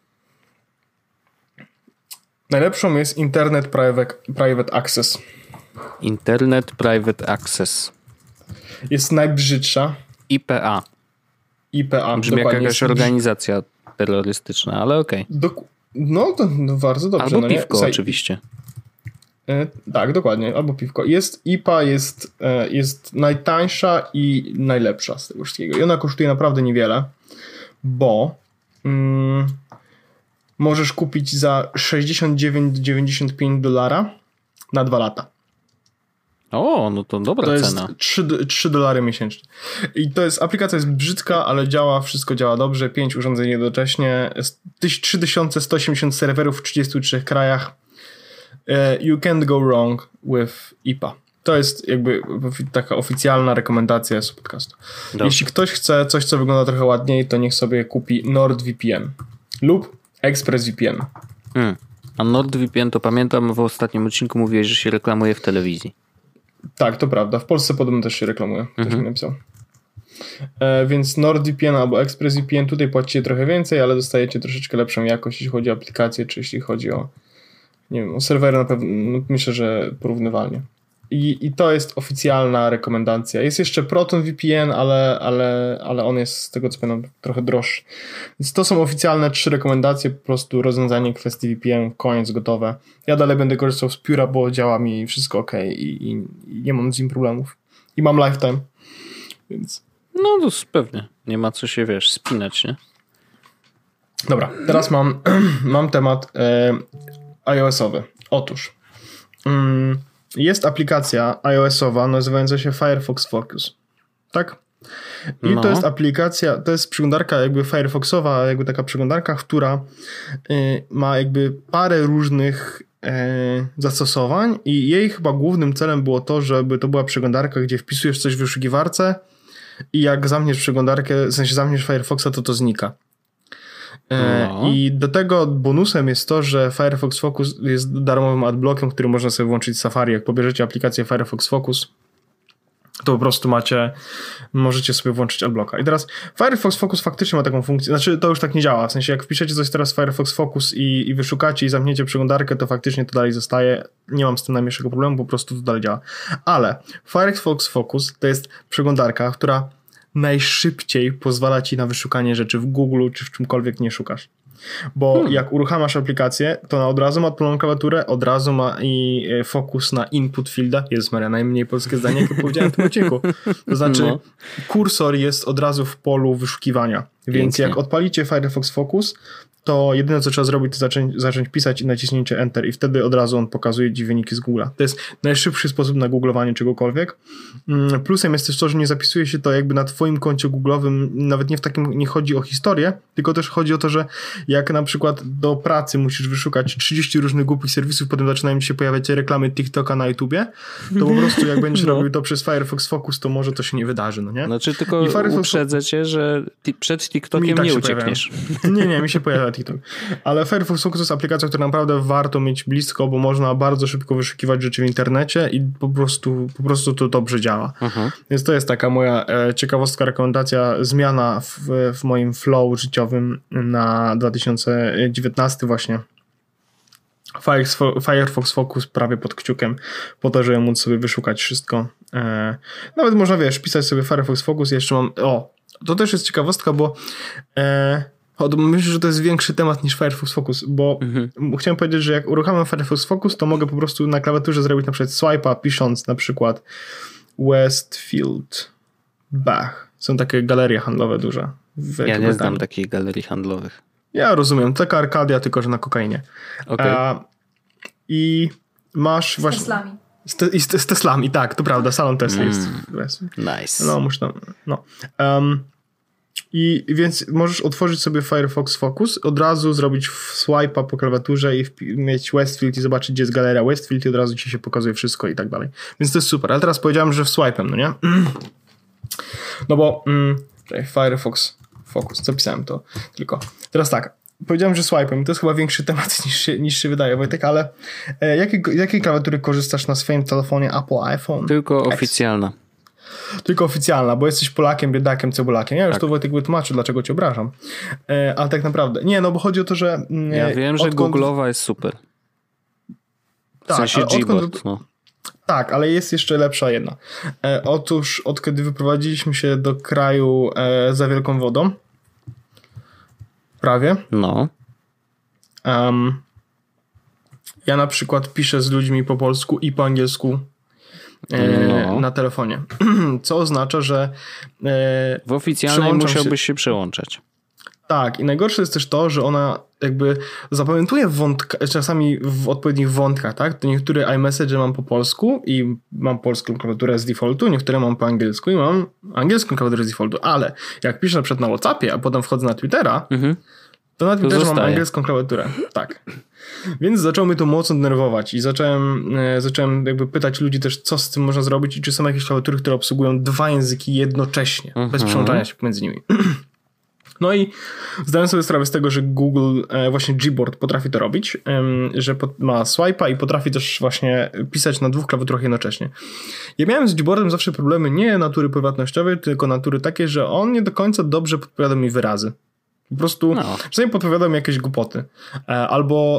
Najlepszą jest Internet Private Access. Internet Private Access. Jest najbrzydsza. IPA. IPA. Brzmi jak jakaś organizacja terrorystyczna, ale okej. No to bardzo dobrze. Albo piwko oczywiście. Tak, dokładnie. Albo piwko. IPA jest najtańsza i najlepsza z tego wszystkiego. I ona kosztuje naprawdę niewiele, bo możesz kupić za $69.95 na 2 lata. O, no to dobra cena. To jest $3 miesięcznie. I to jest, aplikacja jest brzydka, ale działa, wszystko działa dobrze, 5 urządzeń jednocześnie, 3180 serwerów w 33 krajach. You can't go wrong with IPA. To jest jakby taka oficjalna rekomendacja z podcastu. Dobrze. Jeśli ktoś chce coś, co wygląda trochę ładniej, to niech sobie kupi NordVPN lub ExpressVPN. A NordVPN to pamiętam, w ostatnim odcinku mówiłeś, że się reklamuje w telewizji. Tak, to prawda. W Polsce podobno też się reklamuje. Ktoś mi napisał. Więc NordVPN albo ExpressVPN tutaj płacicie trochę więcej, ale dostajecie troszeczkę lepszą jakość, jeśli chodzi o aplikacje, czy jeśli chodzi o, nie wiem, o serwery na pewno, no myślę, że porównywalnie. I to jest oficjalna rekomendacja. Jest jeszcze ProtonVPN, ale on jest z tego co pamiętam trochę droższy. Więc to są oficjalne 3 rekomendacje, po prostu rozwiązanie kwestii VPN, koniec, gotowe. Ja dalej będę korzystał z Pure'a, bo działa mi wszystko ok i nie mam z nim problemów. I mam lifetime, więc... No to pewnie. Nie ma co się, spinać, nie? Dobra, teraz mam temat iOS-owy. Otóż jest aplikacja iOS-owa nazywająca się Firefox Focus. Tak? I to jest aplikacja, to jest przeglądarka jakby Firefoxowa, jakby taka przeglądarka, która ma jakby parę różnych zastosowań i jej chyba głównym celem było to, żeby to była przeglądarka, gdzie wpisujesz coś w wyszukiwarce i jak zamkniesz przeglądarkę, w sensie zamkniesz Firefoxa, to znika. I do tego bonusem jest to, że Firefox Focus jest darmowym adblockiem, który można sobie włączyć w Safari. Jak pobierzecie aplikację Firefox Focus, to po prostu możecie sobie włączyć adblocka. I teraz Firefox Focus faktycznie ma taką funkcję, znaczy to już tak nie działa, w sensie jak wpiszecie coś teraz Firefox Focus i wyszukacie i zamkniecie przeglądarkę, to faktycznie to dalej zostaje, nie mam z tym najmniejszego problemu, po prostu to dalej działa. Ale Firefox Focus to jest przeglądarka, która najszybciej pozwala ci na wyszukanie rzeczy w Google czy w czymkolwiek nie szukasz. Bo jak uruchamiasz aplikację, to od razu ma odpaloną klawiaturę, od razu ma i fokus na input fielda. Jezus Maria, najmniej polskie zdanie, jak powiedziałem w tym odcinku. To znaczy kursor jest od razu w polu wyszukiwania. Więc jak odpalicie Firefox Focus, to jedyne co trzeba zrobić, to zacząć pisać i naciśnięcie Enter i wtedy od razu on pokazuje ci wyniki z Google'a. To jest najszybszy sposób na googlowanie czegokolwiek. Plusem jest też to, że nie zapisuje się to jakby na twoim koncie Google'owym, nawet nie w takim, nie chodzi o historię, tylko też chodzi o to, że jak na przykład do pracy musisz wyszukać 30 różnych głupich serwisów, potem zaczynają ci się pojawiać reklamy TikToka na YouTubie, to po prostu jak będziesz robił to przez Firefox Focus, to może to się nie wydarzy, no nie? Znaczy tylko uprzedzę cię, że przed TikTokiem nie uciekniesz. Nie, mi się pojawia TikTok. Ale Firefox Focus to jest aplikacja, którą naprawdę warto mieć blisko, bo można bardzo szybko wyszukiwać rzeczy w internecie i po prostu to dobrze działa. Więc to jest taka moja ciekawostka, rekomendacja, zmiana w moim flow życiowym na 2019 właśnie. Firefox Focus prawie pod kciukiem po to, żeby móc sobie wyszukać wszystko. Nawet można, pisać sobie Firefox Focus. Jeszcze mam... to też jest ciekawostka, bo myślę, że to jest większy temat niż Firefox Focus, bo chciałem powiedzieć, że jak uruchamiam Firefox Focus, to mogę po prostu na klawiaturze zrobić na przykład swipe'a, pisząc na przykład Westfield Bach. Są takie galerie handlowe duże. Ja nie znam takich galerii handlowych. Ja rozumiem. Taka Arkadia, tylko że na kokainie. Okay. I masz właśnie... Teslami. Z Teslami, tak, to prawda. Salon Tesla jest. Nice. No, muszę tam... No. I więc możesz otworzyć sobie Firefox Focus, od razu zrobić swipe'a po klawiaturze i mieć Westfield i zobaczyć, gdzie jest galeria Westfield i od razu ci się pokazuje wszystko i tak dalej. Więc to jest super. Ale teraz powiedziałem, że swipe'em, no nie? No bo Firefox Focus, zapisałem to tylko. Teraz tak, powiedziałem, że swipe'em, to jest chyba większy temat niż się wydaje, Wojtek, ale jakiej klawiatury korzystasz na swoim telefonie Apple iPhone? Tylko oficjalna. Tylko oficjalna, bo jesteś Polakiem, biedakiem, cebulakiem. Ja już to Wojtek wytłumaczył, dlaczego cię obrażam. Ale tak naprawdę. Nie, no bo chodzi o to, że... Ja wiem, że Google'owa jest super. W sensie Gboard, no. Tak, ale jest jeszcze lepsza jedna. Otóż od kiedy wyprowadziliśmy się do kraju za wielką wodą, prawie, no. Ja na przykład piszę z ludźmi po polsku i po angielsku na telefonie. Co oznacza, że w oficjalnej musiałbyś się przełączać. Tak, i najgorsze jest też to, że ona jakby zapamiętuje czasami w odpowiednich wątkach, tak? To niektóre iMessage mam po polsku i mam polską klawiaturę z defaultu, niektóre mam po angielsku i mam angielską klawiaturę z defaultu, ale jak piszę na przykład na WhatsAppie, a potem wchodzę na Twittera, to na Twitterze mam angielską klawiaturę. Tak. Więc zaczęło mnie to mocno denerwować i zacząłem jakby pytać ludzi też, co z tym można zrobić i czy są jakieś klawiatury, które obsługują dwa języki jednocześnie, bez przełączania się pomiędzy nimi. No i zdałem sobie sprawę z tego, że Google, właśnie Gboard potrafi to robić, że ma swipe'a i potrafi też właśnie pisać na dwóch klawiaturach jednocześnie. Ja miałem z Gboardem zawsze problemy nie natury prywatnościowej, tylko natury takie, że on nie do końca dobrze podpowiada mi wyrazy. Po prostu czasami podpowiadał mi jakieś głupoty. Albo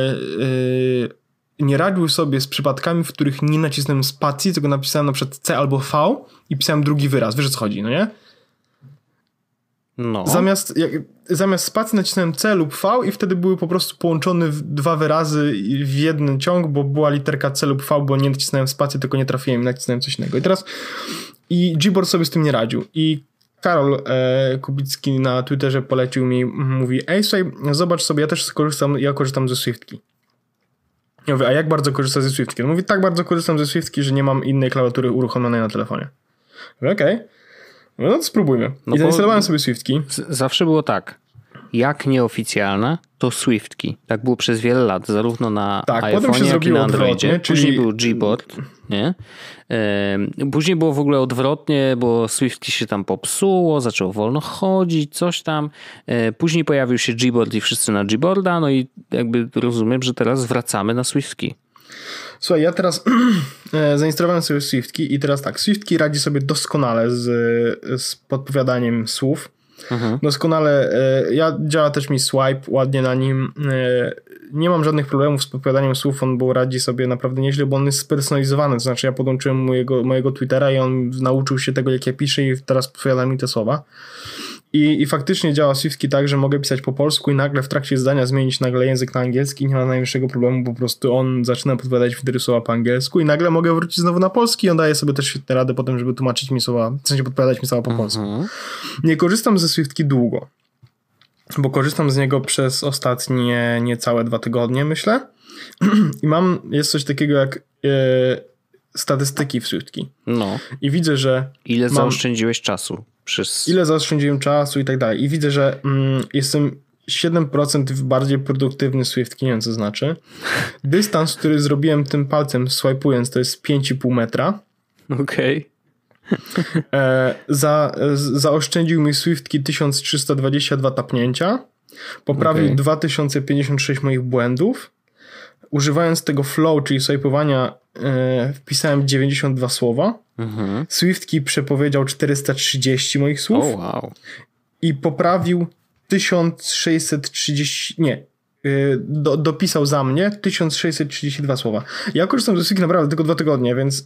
nie radził sobie z przypadkami, w których nie nacisnąłem spacji, tylko napisałem na przykład C albo V i pisałem drugi wyraz. Wiesz, o co chodzi, no nie? No. Zamiast spacji nacisnąłem C lub V i wtedy były po prostu połączone dwa wyrazy w jeden ciąg, bo była literka C lub V, bo nie nacisnąłem spacji, tylko nie trafiłem i nacisnąłem coś innego. I Gboard sobie z tym nie radził. I Karol Kubicki na Twitterze polecił mi, mówi, ej, słuchaj, zobacz sobie, ja korzystam ze Swiftki. Ja mówię, a jak bardzo korzystasz ze Swiftki? On mówi, tak bardzo korzystam ze Swiftki, że nie mam innej klawiatury uruchomionej na telefonie. Mówię, okej. No to spróbujmy. I zainstalowałem sobie Swiftki. Zawsze było tak. Jak nieoficjalna, to Swiftki. Tak było przez wiele lat, zarówno na iPhone'ie, jak i na Androidzie. Później był Gboard, nie? Później było w ogóle odwrotnie, bo Swiftki się tam popsuło, zaczęło wolno chodzić, coś tam. Później pojawił się Gboard i wszyscy na Gboarda, no i jakby rozumiem, że teraz wracamy na Swiftki. Słuchaj, ja teraz zainstalowałem sobie Swiftki i teraz tak, Swiftki radzi sobie doskonale z podpowiadaniem słów. Doskonale, działa też mi swipe ładnie na nim, nie mam żadnych problemów z podpowiadaniem słów, on radzi sobie naprawdę nieźle, bo on jest spersonalizowany, to znaczy ja podłączyłem mojego Twittera i on nauczył się tego, jak ja piszę i teraz podpowiada mi te słowa. I faktycznie działa Swiftki tak, że mogę pisać po polsku i nagle w trakcie zdania zmienić nagle język na angielski, nie ma najmniejszego problemu, po prostu on zaczyna podpowiadać wtedy słowa po angielsku i nagle mogę wrócić znowu na polski i on daje sobie też świetne rady potem, żeby tłumaczyć mi słowa, w sensie podpowiadać mi słowa po polsku. Nie korzystam ze Swiftki długo, bo korzystam z niego przez ostatnie niecałe 2 tygodnie, myślę. I jest coś takiego jak statystyki w Swiftki. No. I widzę, że ile zaoszczędziłeś czasu? Ile zaoszczędziłem czasu i tak dalej. I widzę, że jestem 7% bardziej produktywny Swiftki, nie wiem co znaczy. Dystans, który zrobiłem tym palcem swajpując, to jest 5,5 metra. Okej. Zaoszczędził mi Swiftki 1322 tapnięcia. Poprawił 2056 moich błędów. Używając tego flow, czyli swajpowania, wpisałem 92 słowa. Swiftki przepowiedział 430 moich słów. Wow. I poprawił 1630... Nie. Dopisał za mnie 1632 słowa. Ja korzystam ze Swiftki naprawdę tylko 2 tygodnie, więc...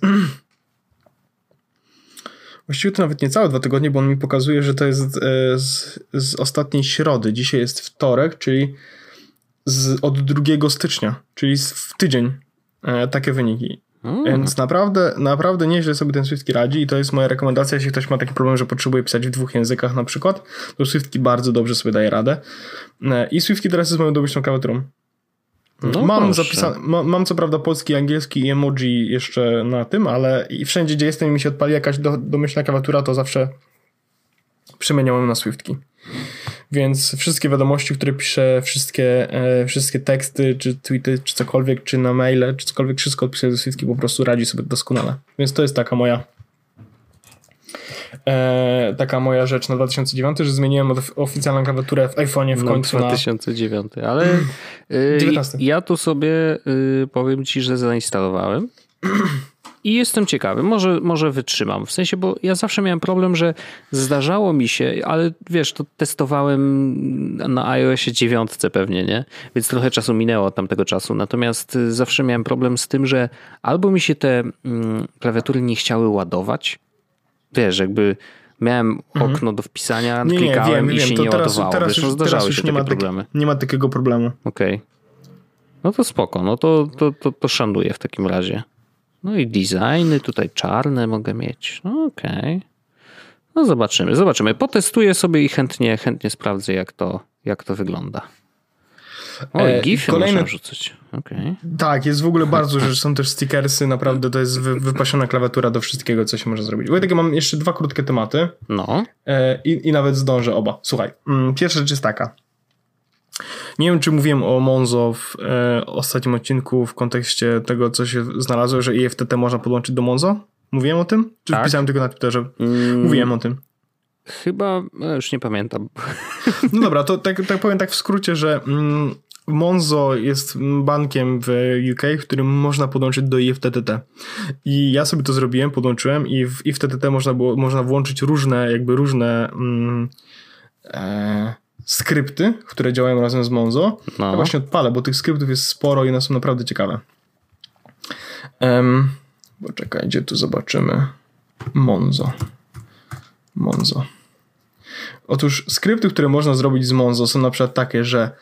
Właściwie to nawet niecałe 2 tygodnie, bo on mi pokazuje, że to jest z ostatniej środy. Dzisiaj jest wtorek, czyli od 2 stycznia, czyli w tydzień takie wyniki. Więc naprawdę nieźle sobie ten SwiftKey radzi i to jest moja rekomendacja, jeśli ktoś ma taki problem, że potrzebuje pisać w 2 językach na przykład, to SwiftKey bardzo dobrze sobie daje radę. I SwiftKey teraz jest moją domyślną klawiaturą. Mam co prawda polski, angielski i emoji jeszcze na tym, ale i wszędzie, gdzie jestem i mi się odpali jakaś domyślna klawiatura, to zawsze przemieniam ją na SwiftKey. Więc wszystkie wiadomości, które piszę, wszystkie teksty, czy tweety, czy cokolwiek, czy na maile, czy cokolwiek, wszystko odpisuję do SwiftKey, po prostu radzi sobie doskonale. Więc to jest taka moja rzecz na 2009, że zmieniłem oficjalną klawiaturę w iPhone'ie w końcu 2009, ale 19. Ja tu sobie powiem ci, że zainstalowałem i jestem ciekawy, może wytrzymam, w sensie, bo ja zawsze miałem problem, że zdarzało mi się, ale wiesz, to testowałem na iOSie 9 pewnie, nie? Więc trochę czasu minęło od tamtego czasu, natomiast zawsze miałem problem z tym, że albo mi się te klawiatury nie chciały ładować, wiesz, jakby miałem okno do wpisania, klikałem i się nie ładowało. Zresztą zdarzały się takie problemy. Nie ma takiego problemu. Okej. No to spoko, no to szanuję w takim razie. No i designy, tutaj czarne mogę mieć. No okej. No zobaczymy. Potestuję sobie i chętnie sprawdzę, jak to wygląda. O, gify można wrzucać. Okay. Tak, jest w ogóle bardzo, że są też stickersy, naprawdę to jest wypasiona klawiatura do wszystkiego, co się może zrobić. Wojtek, mam jeszcze 2 krótkie tematy. No. I nawet zdążę oba. Słuchaj, pierwsza rzecz jest taka. Nie wiem, czy mówiłem o Monzo w ostatnim odcinku w kontekście tego, co się znalazło, że IFTT można podłączyć do Monzo. Mówiłem o tym? Czy wpisałem tylko na Twitterze? Mówiłem o tym. Chyba, już nie pamiętam. No dobra, to tak powiem tak w skrócie, że Monzo jest bankiem w UK, w którym można podłączyć do IFTTT. I ja sobie to zrobiłem, podłączyłem i w IFTTT można włączyć różne skrypty, które działają razem z Monzo. No. Ja właśnie odpalę, bo tych skryptów jest sporo i one są naprawdę ciekawe. Poczekaj, gdzie tu zobaczymy? Monzo. Otóż skrypty, które można zrobić z Monzo są na przykład takie, że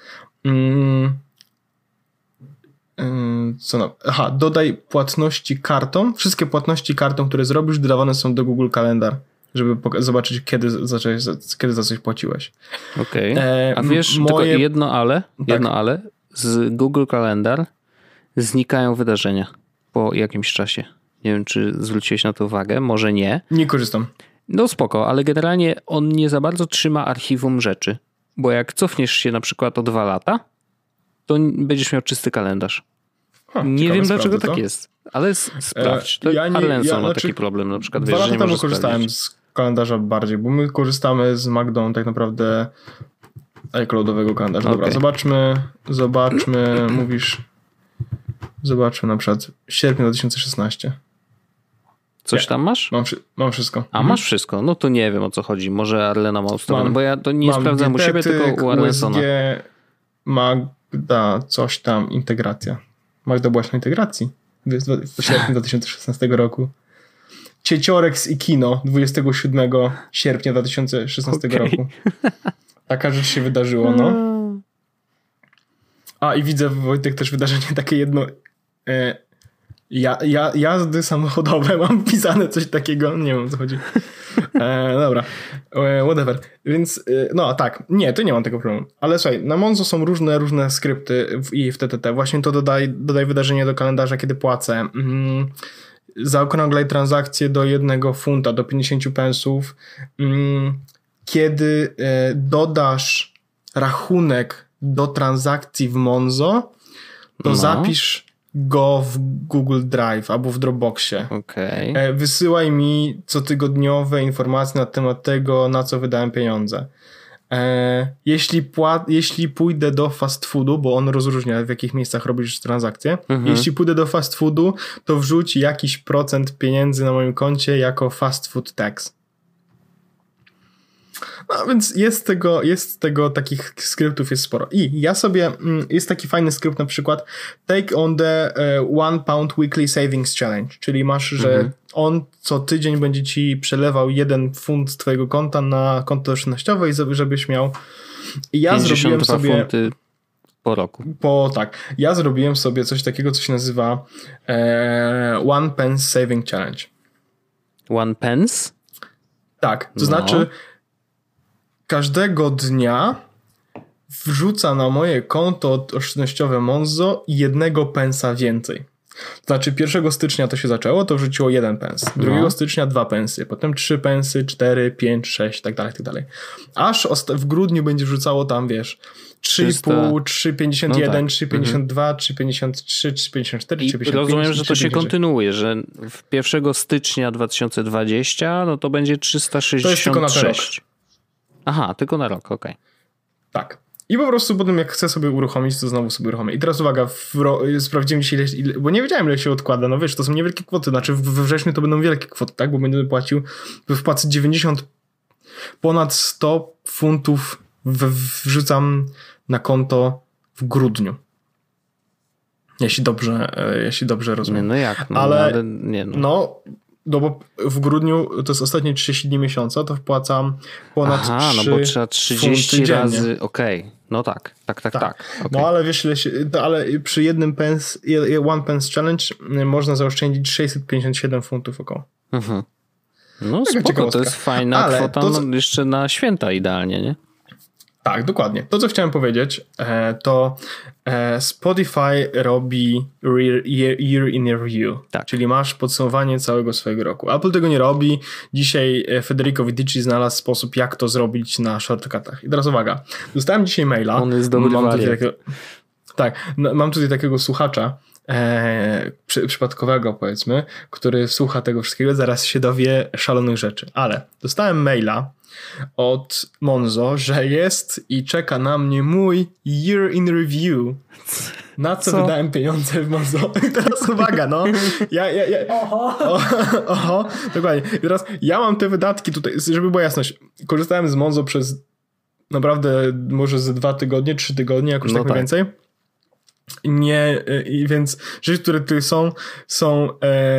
dodaj płatności kartą. Wszystkie płatności kartą, które zrobisz, dodawane są do Google Calendar, żeby zobaczyć, kiedy za coś płaciłeś. Okej. A wiesz, tylko jedno ale, z Google Calendar znikają wydarzenia po jakimś czasie. Nie wiem, czy zwróciłeś na to uwagę, może nie. Nie korzystam. No spoko, ale generalnie on nie za bardzo trzyma archiwum rzeczy, bo jak cofniesz się na przykład o 2 lata, to będziesz miał czysty kalendarz. Nie wiem, dlaczego tak jest, ale sprawdź. Arlenson ma taki problem na przykład. 2 lata temu korzystałem z kalendarza bardziej, bo my korzystamy z Magdą tak naprawdę iCloudowego kalendarza. Dobra, zobaczmy, zobaczmy na przykład sierpień 2016. Coś tam masz? Mam wszystko. A masz wszystko? No to nie wiem, o co chodzi. Może Arlena ma ustawione, bo ja to nie sprawdzam u siebie, tylko u Arlensona. Magda, coś tam, integracja. Magda byłaś na integracji w sierpniu 2016 roku. Cieciorek z Ikino 27 sierpnia 2016 roku. Taka rzecz się wydarzyło, no. A i widzę, Wojtek, też wydarzenie takie jedno... jazdy samochodowe, mam pisane coś takiego, nie wiem o co chodzi. Dobra, whatever. Więc, no tak, nie, to nie mam tego problemu. Ale słuchaj, na Monzo są różne skrypty i w TTT. Właśnie to dodaj wydarzenie do kalendarza, kiedy płacę. Zaokrąglaj transakcję do 1 funta, do 50 pensów. Kiedy dodasz rachunek do transakcji w Monzo, to zapisz go w Google Drive albo w Dropboxie. Okay. Wysyłaj mi cotygodniowe informacje na temat tego, na co wydałem pieniądze. Jeśli pójdę do fast foodu, bo on rozróżnia, w jakich miejscach robisz transakcje, jeśli pójdę do fast foodu, to wrzuć jakiś procent pieniędzy na moim koncie jako fast food tax. No więc jest tego takich skryptów jest sporo. I ja sobie, jest taki fajny skrypt na przykład Take on the £1 Weekly Savings Challenge, czyli masz, że on co tydzień będzie ci przelewał 1 funt z twojego konta na konto oszczędnościowe i żebyś miał... I ja zrobiłem sobie... funty po roku. Tak. Ja zrobiłem sobie coś takiego, co się nazywa One Pence Saving Challenge. One pence? Tak, to znaczy każdego dnia wrzuca na moje konto oszczędnościowe Monzo 1 pensa więcej. To znaczy 1 stycznia to się zaczęło, to wrzuciło 1 pens. 2 stycznia 2 pensy, potem 3 pensy, 4, 5, 6, tak dalej. Aż w grudniu będzie wrzucało tam, wiesz, 3,5, 3,51, 3,52, 3,53, 3,54, 3,55. Rozumiem, że to się kontynuuje, że w 1 stycznia 2020 no to będzie 366. To jest tylko na ten rok. Aha, tylko na rok, okej. Tak. I po prostu potem jak chcę sobie uruchomić, to znowu sobie uruchomię. I teraz uwaga, sprawdziłem dzisiaj, bo nie wiedziałem, ile się odkłada. No wiesz, to są niewielkie kwoty. Znaczy we wrześniu to będą wielkie kwoty, tak? Bo będę płacił, wpłacę 90, ponad 100 funtów wrzucam na konto w grudniu. Jeśli dobrze rozumiem. No jak? No, ale nie, no bo w grudniu to jest ostatnie 30 dni miesiąca, to wpłacam ponad 3 no bo trzeba 30 razy, okej. No tak. Okay. No ale wiesz, ale przy One Pence Challenge można zaoszczędzić 657 funtów około. Mhm. No spoko, to jest fajna kwota, jeszcze na święta idealnie, nie? Tak, dokładnie. To, co chciałem powiedzieć, to Spotify robi Year in Review, tak. Czyli masz podsumowanie całego swojego roku. Apple tego nie robi. Dzisiaj Federico Vidici znalazł sposób, jak to zrobić na shortcutach. I teraz uwaga, dostałem dzisiaj maila. On jest dobry wariat. Mam tutaj takiego słuchacza, przypadkowego powiedzmy, który słucha tego wszystkiego, zaraz się dowie szalonych rzeczy. Ale dostałem maila od Monzo, że jest i czeka na mnie mój Year in Review. Na co wydałem pieniądze w Monzo. I teraz uwaga, no. Oho, dokładnie. I teraz ja mam te wydatki tutaj, żeby była jasność. Korzystałem z Monzo przez naprawdę może ze 2 tygodnie, 3 tygodnie, jakoś tak mniej więcej. Nie, więc rzeczy, które tutaj są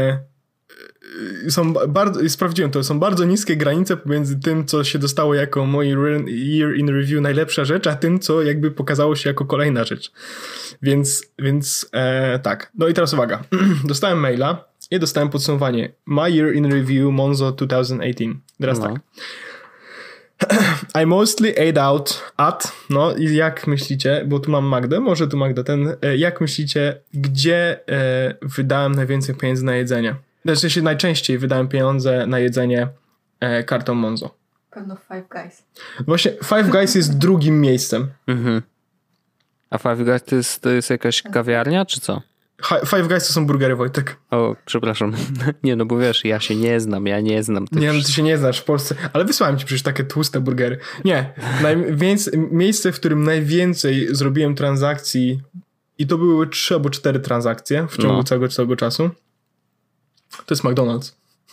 bardzo, sprawdziłem to, są bardzo niskie granice pomiędzy tym, co się dostało jako mój Year in Review najlepsza rzecz, a tym, co jakby pokazało się jako kolejna rzecz. Więc tak. No i teraz uwaga. Dostałem maila i dostałem podsumowanie. My Year in Review Monzo 2018. Teraz tak. I mostly ate out no i jak myślicie, bo tu mam Magdę, może tu Magda jak myślicie, gdzie wydałem najwięcej pieniędzy na jedzenie? Znaczy się najczęściej wydałem pieniądze na jedzenie kartą Monzo. Pewno Five Guys. Właśnie Five Guys jest drugim miejscem. Mhm. A Five Guys to jest jakaś kawiarnia, czy co? Five Guys to są burgery, Wojtek. O, przepraszam. Nie, no bo wiesz, ja się nie znam. Nie, no ty się nie znasz w Polsce, ale wysłałem ci przecież takie tłuste burgery. Nie, miejsce, w którym najwięcej zrobiłem transakcji i to były 3 albo 4 transakcje w ciągu całego czasu, to jest McDonald's.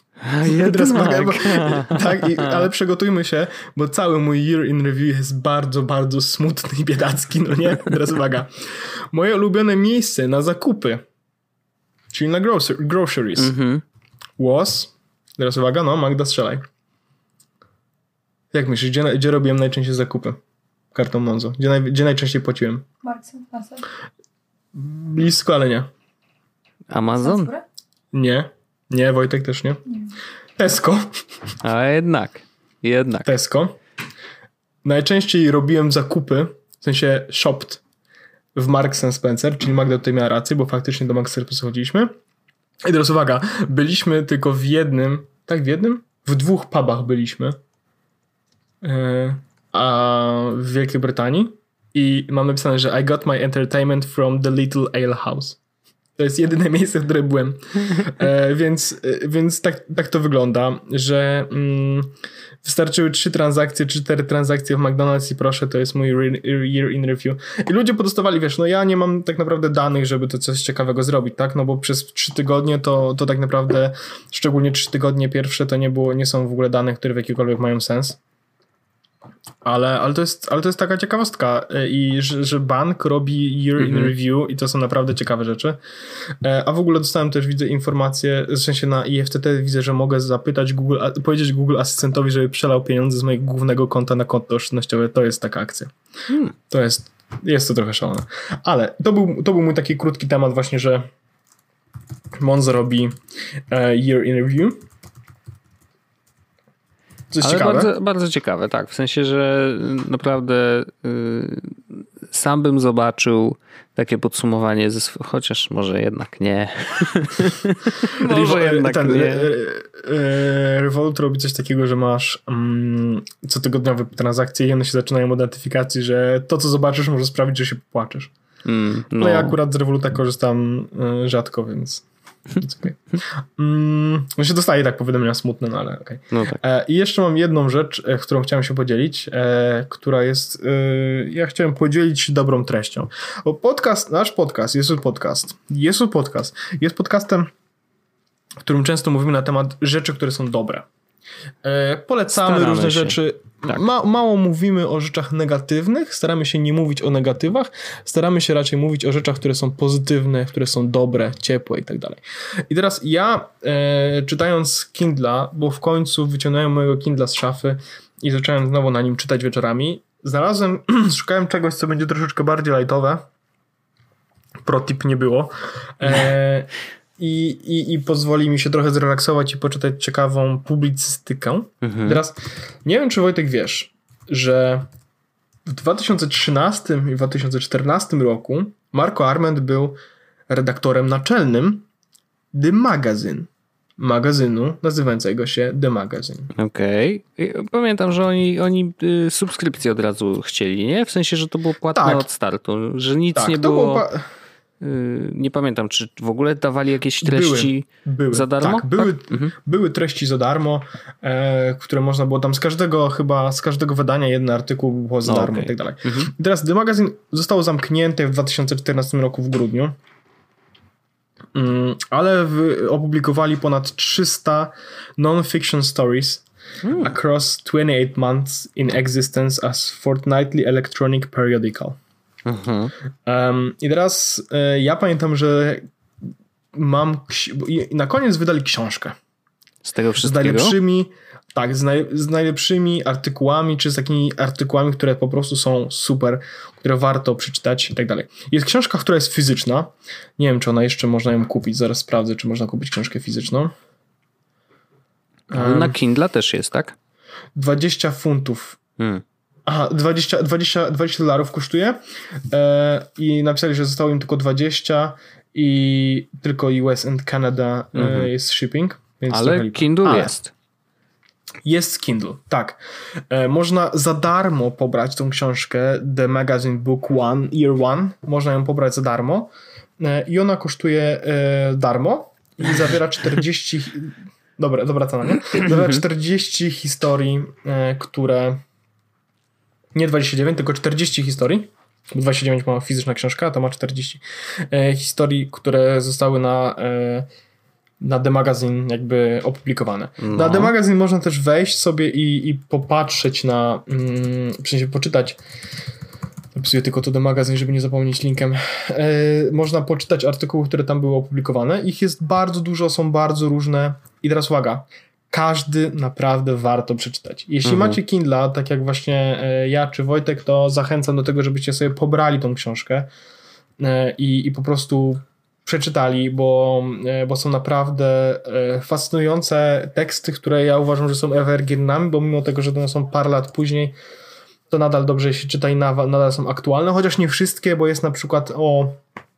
Tak, ale przygotujmy się, bo cały mój Year in Review jest bardzo, bardzo smutny i biedacki, no nie? Teraz uwaga. Moje ulubione miejsce na zakupy, czyli na groceries, teraz uwaga, no Magda, strzelaj. Jak myślisz, gdzie robiłem najczęściej zakupy kartą Monzo? Gdzie najczęściej płaciłem? Markson. Blisko, ale nie. Amazon? Nie, Wojtek też nie. Tesco. A jednak. Tesco. Najczęściej robiłem zakupy, w sensie shopped w Marks & Spencer, czyli Magda tutaj miała rację, bo faktycznie do Marks & Spencer chodziliśmy. I teraz uwaga, byliśmy tylko w jednym, w 2 pubach byliśmy a w Wielkiej Brytanii i mam napisane, że I got my entertainment from the Little Ale House. To jest jedyne miejsce, w którym byłem. Więc tak to wygląda, że wystarczyły 3 transakcje, 4 transakcje w McDonald's i proszę, to jest mój Year in Review. I ludzie podostawali, wiesz, no ja nie mam tak naprawdę danych, żeby to coś ciekawego zrobić, tak? No bo przez 3 tygodnie to tak naprawdę, szczególnie 3 tygodnie pierwsze, to nie są w ogóle dane, które w jakikolwiek mają sens. Ale to jest taka ciekawostka i że bank robi year in review i to są naprawdę ciekawe rzeczy. A w ogóle dostałem też, widzę informacje, w sensie na IFTT widzę, że mogę zapytać powiedzieć Google Asystentowi, żeby przelał pieniądze z mojego głównego konta na konto oszczędnościowe. To jest taka akcja. Jest to trochę szalone. Ale to był mój taki krótki temat właśnie, że Monzo robi year in review. Co jest ciekawe. Bardzo, bardzo ciekawe, tak. W sensie, że naprawdę sam bym zobaczył takie podsumowanie chociaż może jednak nie. Może jednak nie. Revolut robi coś takiego, że masz cotygodniowe transakcje i one się zaczynają od notyfikacji, że to, co zobaczysz, może sprawić, że się popłaczesz. No ja akurat z Revoluta korzystam rzadko, więc... Okay. No się dostaje tak powiadomienia smutne, no ale okej. No tak. I jeszcze mam jedną rzecz, którą chciałem się podzielić, która jest, ja chciałem podzielić się dobrą treścią. Bo nasz podcast, Jesu Podcast jest podcastem, w którym często mówimy na temat rzeczy, które są dobre. Polecamy różne rzeczy. Tak. Mało mówimy o rzeczach negatywnych, staramy się nie mówić o negatywach, staramy się raczej mówić o rzeczach, które są pozytywne, które są dobre, ciepłe i tak dalej. I teraz ja czytając Kindla, bo w końcu wyciągnąłem mojego Kindla z szafy i zacząłem znowu na nim czytać wieczorami, szukałem czegoś, co będzie troszeczkę bardziej lightowe. Pro tip nie było. I pozwoli mi się trochę zrelaksować i poczytać ciekawą publicystykę. Teraz nie wiem, czy Wojtek wiesz, że w 2013 i 2014 roku Marco Arment był redaktorem naczelnym The Magazine. Magazynu nazywającego się The Magazine. Okej. Pamiętam, że oni subskrypcję od razu chcieli, nie? W sensie, że to było płatne od startu, że nic nie było... Nie pamiętam, czy w ogóle dawali jakieś treści za darmo? Tak, były treści za darmo, które można było tam z każdego wydania jeden artykuł było za darmo i tak dalej. I teraz The Magazine zostało zamknięte w 2014 roku w grudniu, ale opublikowali ponad 300 non-fiction stories across 28 months in existence as fortnightly electronic periodical. I teraz ja pamiętam, że na koniec wydali książkę. Z tego wszystkiego? Z najlepszymi artykułami, czy z takimi artykułami, które po prostu są super, które warto przeczytać i tak dalej. Jest książka, która jest fizyczna. Nie wiem, czy ona jeszcze można ją kupić. Zaraz sprawdzę, czy można kupić książkę fizyczną. Na Kindle też jest, tak? 20 funtów. Aha, $20 kosztuje i napisali, że zostało im tylko 20 i tylko US and Canada jest shipping. Więc ale Kindle jest. Jest Kindle, tak. Można za darmo pobrać tą książkę The Magazine Book One, Year One. Można ją pobrać za darmo i ona kosztuje darmo i zawiera 40... Dobra cena, nie? Zawiera 40 historii, które... Nie 29, tylko 40 historii. 29 ma fizyczna książka, a to ma 40 historii, które zostały na The Magazine jakby opublikowane. No. Na The Magazine można też wejść sobie i popatrzeć na, w sensie poczytać. Napisuję tylko to The Magazine, żeby nie zapomnieć linkiem. Można poczytać artykuły, które tam były opublikowane. Ich jest bardzo dużo, są bardzo różne. I teraz uwaga. Każdy naprawdę warto przeczytać. Jeśli macie Kindla, tak jak właśnie ja czy Wojtek, to zachęcam do tego, żebyście sobie pobrali tą książkę i po prostu przeczytali, bo są naprawdę fascynujące teksty, które ja uważam, że są evergreenami, bo mimo tego, że one są parę lat później, to nadal dobrze się czyta i nadal są aktualne, chociaż nie wszystkie, bo jest na przykład o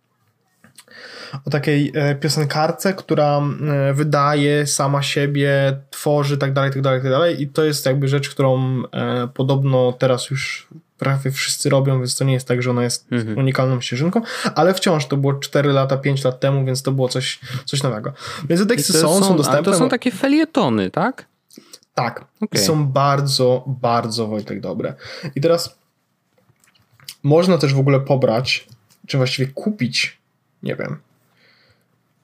takiej piosenkarce, która wydaje sama siebie, tworzy tak dalej i to jest jakby rzecz, którą podobno teraz już prawie wszyscy robią, więc to nie jest tak, że ona jest unikalną ścieżynką, ale wciąż to było 4 lata, 5 lat temu, więc to było coś nowego. Więc te teksty są dostępne. To są takie felietony, tak? Tak. Okay. Są bardzo, bardzo, Wojtek, dobre. I teraz można też w ogóle pobrać, czy właściwie kupić, nie wiem,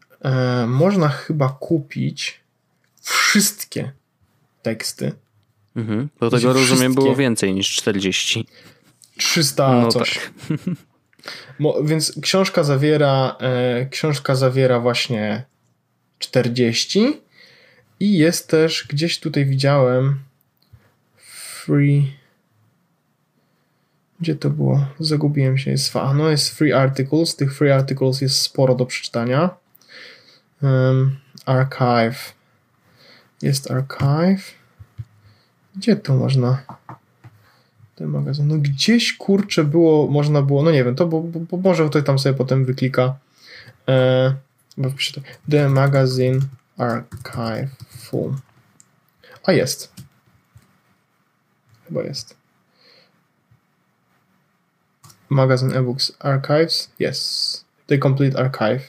można chyba kupić wszystkie teksty Do tego rozumiem wszystkie. było więcej niż 40. 300 No coś. tak. Więc książka zawiera właśnie 40 i jest też, gdzieś tutaj widziałem free, gdzie to było? Zagubiłem się. Jest free articles. Tych free articles jest sporo do przeczytania. Archive. Jest archive. Gdzie to można? Ten magazyn. No gdzieś kurczę można było, no nie wiem, to bo może ktoś tam sobie potem wyklika. Bo wpiszę to. The Magazine Archive Full. A jest. Chyba jest. Magazine eBooks Archives. Yes. The Complete Archive.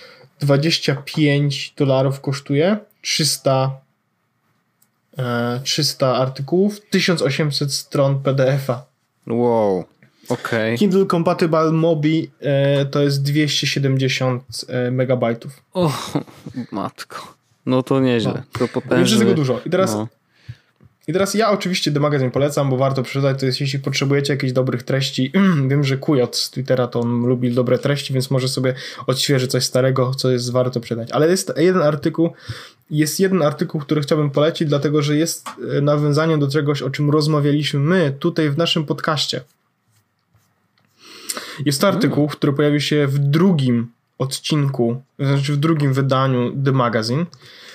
$25 kosztuje. 300 artykułów, 1800 stron PDF-a. Wow, okej. Kindle Compatible Mobi to jest 270 megabajtów. O, matko. No to nieźle. To potężne. Więc jest tego dużo. No. I teraz ja oczywiście The Magazine polecam, bo warto przeczytać, to jest jeśli potrzebujecie jakichś dobrych treści. Wiem, że Kujot z Twittera to on lubi dobre treści, więc może sobie odświeży coś starego, co jest warto przeczytać. Ale jest jeden artykuł, który chciałbym polecić, dlatego że jest nawiązaniem do czegoś, o czym rozmawialiśmy my tutaj w naszym podcaście. Jest to artykuł, który pojawił się w drugim odcinku, znaczy w drugim wydaniu The Magazine.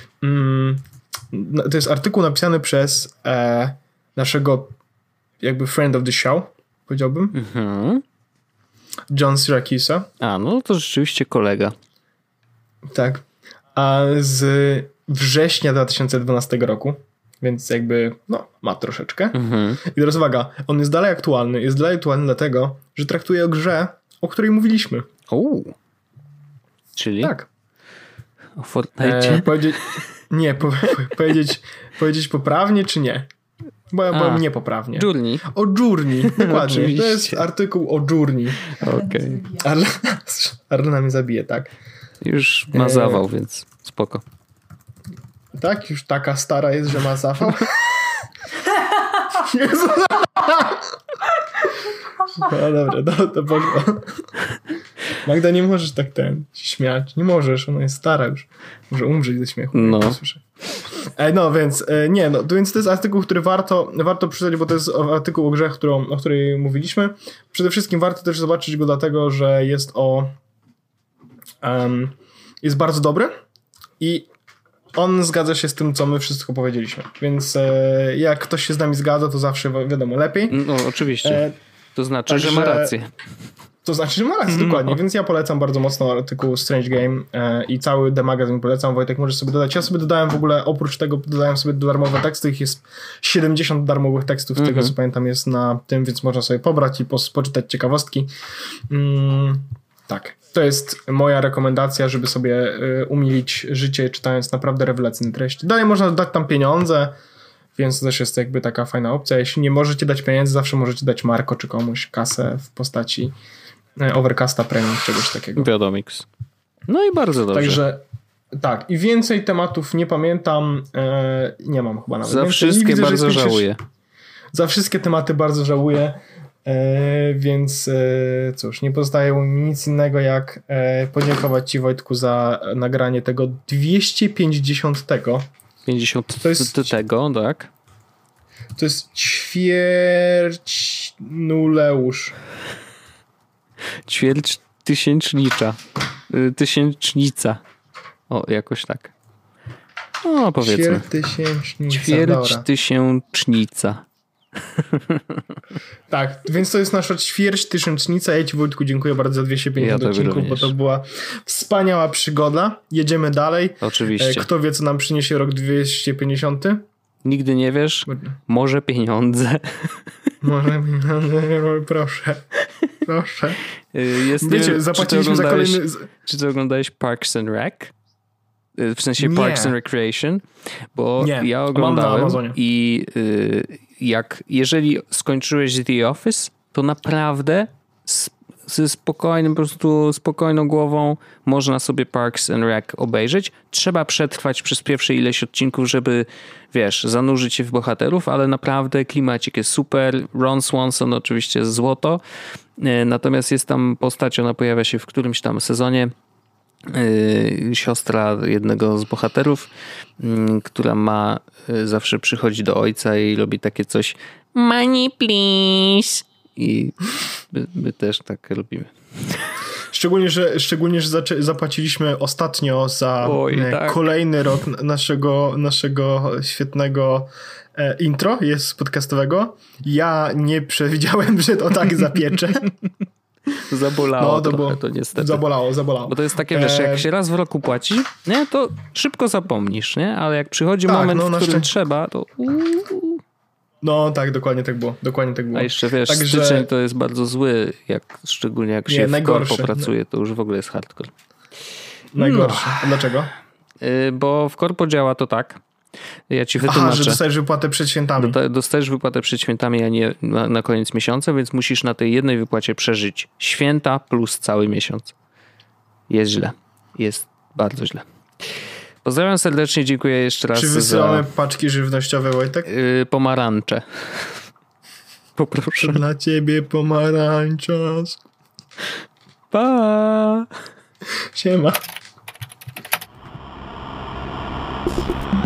To jest artykuł napisany przez naszego jakby friend of the show, powiedziałbym. John Siracusa. No to rzeczywiście kolega. Tak. A z września 2012 roku, więc jakby ma troszeczkę. I teraz uwaga, on jest dalej aktualny. Jest dalej aktualny dlatego, że traktuje o grze, o której mówiliśmy. Czyli? Tak. O Fortnite? Powiedzieć poprawnie czy nie? Bo niepoprawnie. Journey. O Journey, dokładnie. To jest artykuł o Journey. Okej. Arlena mnie zabije, tak. Już ma zawał, więc spoko. Tak? Już taka stara jest, że ma zawał? Jezu. No dobra, to poszło. Magda, nie możesz tak się śmiać. Nie możesz, ona jest stara już. Może umrzeć ze śmiechu. Więc to jest artykuł, który warto przeczytać, bo to jest artykuł o grze, o której mówiliśmy. Przede wszystkim warto też zobaczyć go dlatego, że jest jest bardzo dobry i on zgadza się z tym, co my wszystko powiedzieliśmy. Więc jak ktoś się z nami zgadza, to zawsze wiadomo lepiej. No oczywiście. To znaczy, że ma rację. To znaczy, że ma rację, dokładnie. Więc ja polecam bardzo mocno artykuł Strange Game i cały The Magazine polecam. Wojtek, możesz sobie dodać. Ja sobie dodałem w ogóle, oprócz tego dodałem sobie darmowe teksty. Ich jest 70 darmowych tekstów, z tego co pamiętam jest na tym, więc można sobie pobrać i poczytać ciekawostki. Tak. To jest moja rekomendacja, żeby sobie umilić życie, czytając naprawdę rewelacyjne treści. Dalej można dać tam pieniądze, więc to też jest jakby taka fajna opcja. Jeśli nie możecie dać pieniędzy, zawsze możecie dać Marko czy komuś kasę w postaci Overcasta Premium, czegoś takiego. Wiadomix. No i bardzo dobrze. Także tak. I więcej tematów nie pamiętam. Nie mam chyba nawet. Za wszystkie bardzo żałuję. Za wszystkie tematy bardzo żałuję. Więc cóż, nie pozostaje mi nic innego jak podziękować Ci, Wojtku, za nagranie tego 250. 50 to jest tego, tak? To jest ćwierćnuleusz. Tysięcznica. O, jakoś tak. No, powiedzmy. Ćwierćtysięcznica. Tak, więc to jest nasza ćwierćtysięcznica. Ja Ci, Wojtku, dziękuję bardzo za 250 odcinków, bo to była wspaniała przygoda. Jedziemy dalej. Oczywiście. Kto wie, co nam przyniesie rok 250? Nigdy nie wiesz. Może pieniądze. Może pieniądze, proszę. Wiecie, zapłaciliśmy za kolejny... Czy ty oglądałeś Parks and Rec? W sensie nie. Parks and Recreation? Bo nie. ja oglądałem i jeżeli skończyłeś The Office, to naprawdę ze spokojnym, po prostu spokojną głową można sobie Parks and Rec obejrzeć. Trzeba przetrwać przez pierwsze ileś odcinków, żeby, wiesz, zanurzyć się w bohaterów, ale naprawdę klimacik jest super. Ron Swanson oczywiście złoto, natomiast jest tam postać, ona pojawia się w którymś tam sezonie, siostra jednego z bohaterów, która zawsze przychodzi do ojca i robi takie coś money please i my też tak robimy. Szczególnie, że zapłaciliśmy ostatnio za kolejny rok naszego świetnego intro jest podcastowego. Ja nie przewidziałem, że to tak zapiecze. Zabolało trochę, to niestety. Zabolało. Bo to jest takie, wiesz, jak się raz w roku płaci, nie, to szybko zapomnisz, nie? Ale jak przychodzi moment, w którym trzeba, to... No tak, dokładnie tak było. A jeszcze wiesz, styczeń to jest bardzo zły, szczególnie jak się w korpo pracuje, to już w ogóle jest hardcore. Najgorsze. A dlaczego? Bo w korpo działa to tak. Ja ci wytłumaczę. Że dostajesz wypłatę przed świętami. Dostajesz wypłatę przed świętami, a nie na koniec miesiąca, więc musisz na tej jednej wypłacie przeżyć święta plus cały miesiąc. Jest źle. Jest bardzo źle. Pozdrawiam serdecznie, dziękuję jeszcze raz. Czy wysyłamy paczki żywnościowe, Wojtek? Pomarańcze. Poproszę. To dla ciebie pomarańcza. Pa! Siema.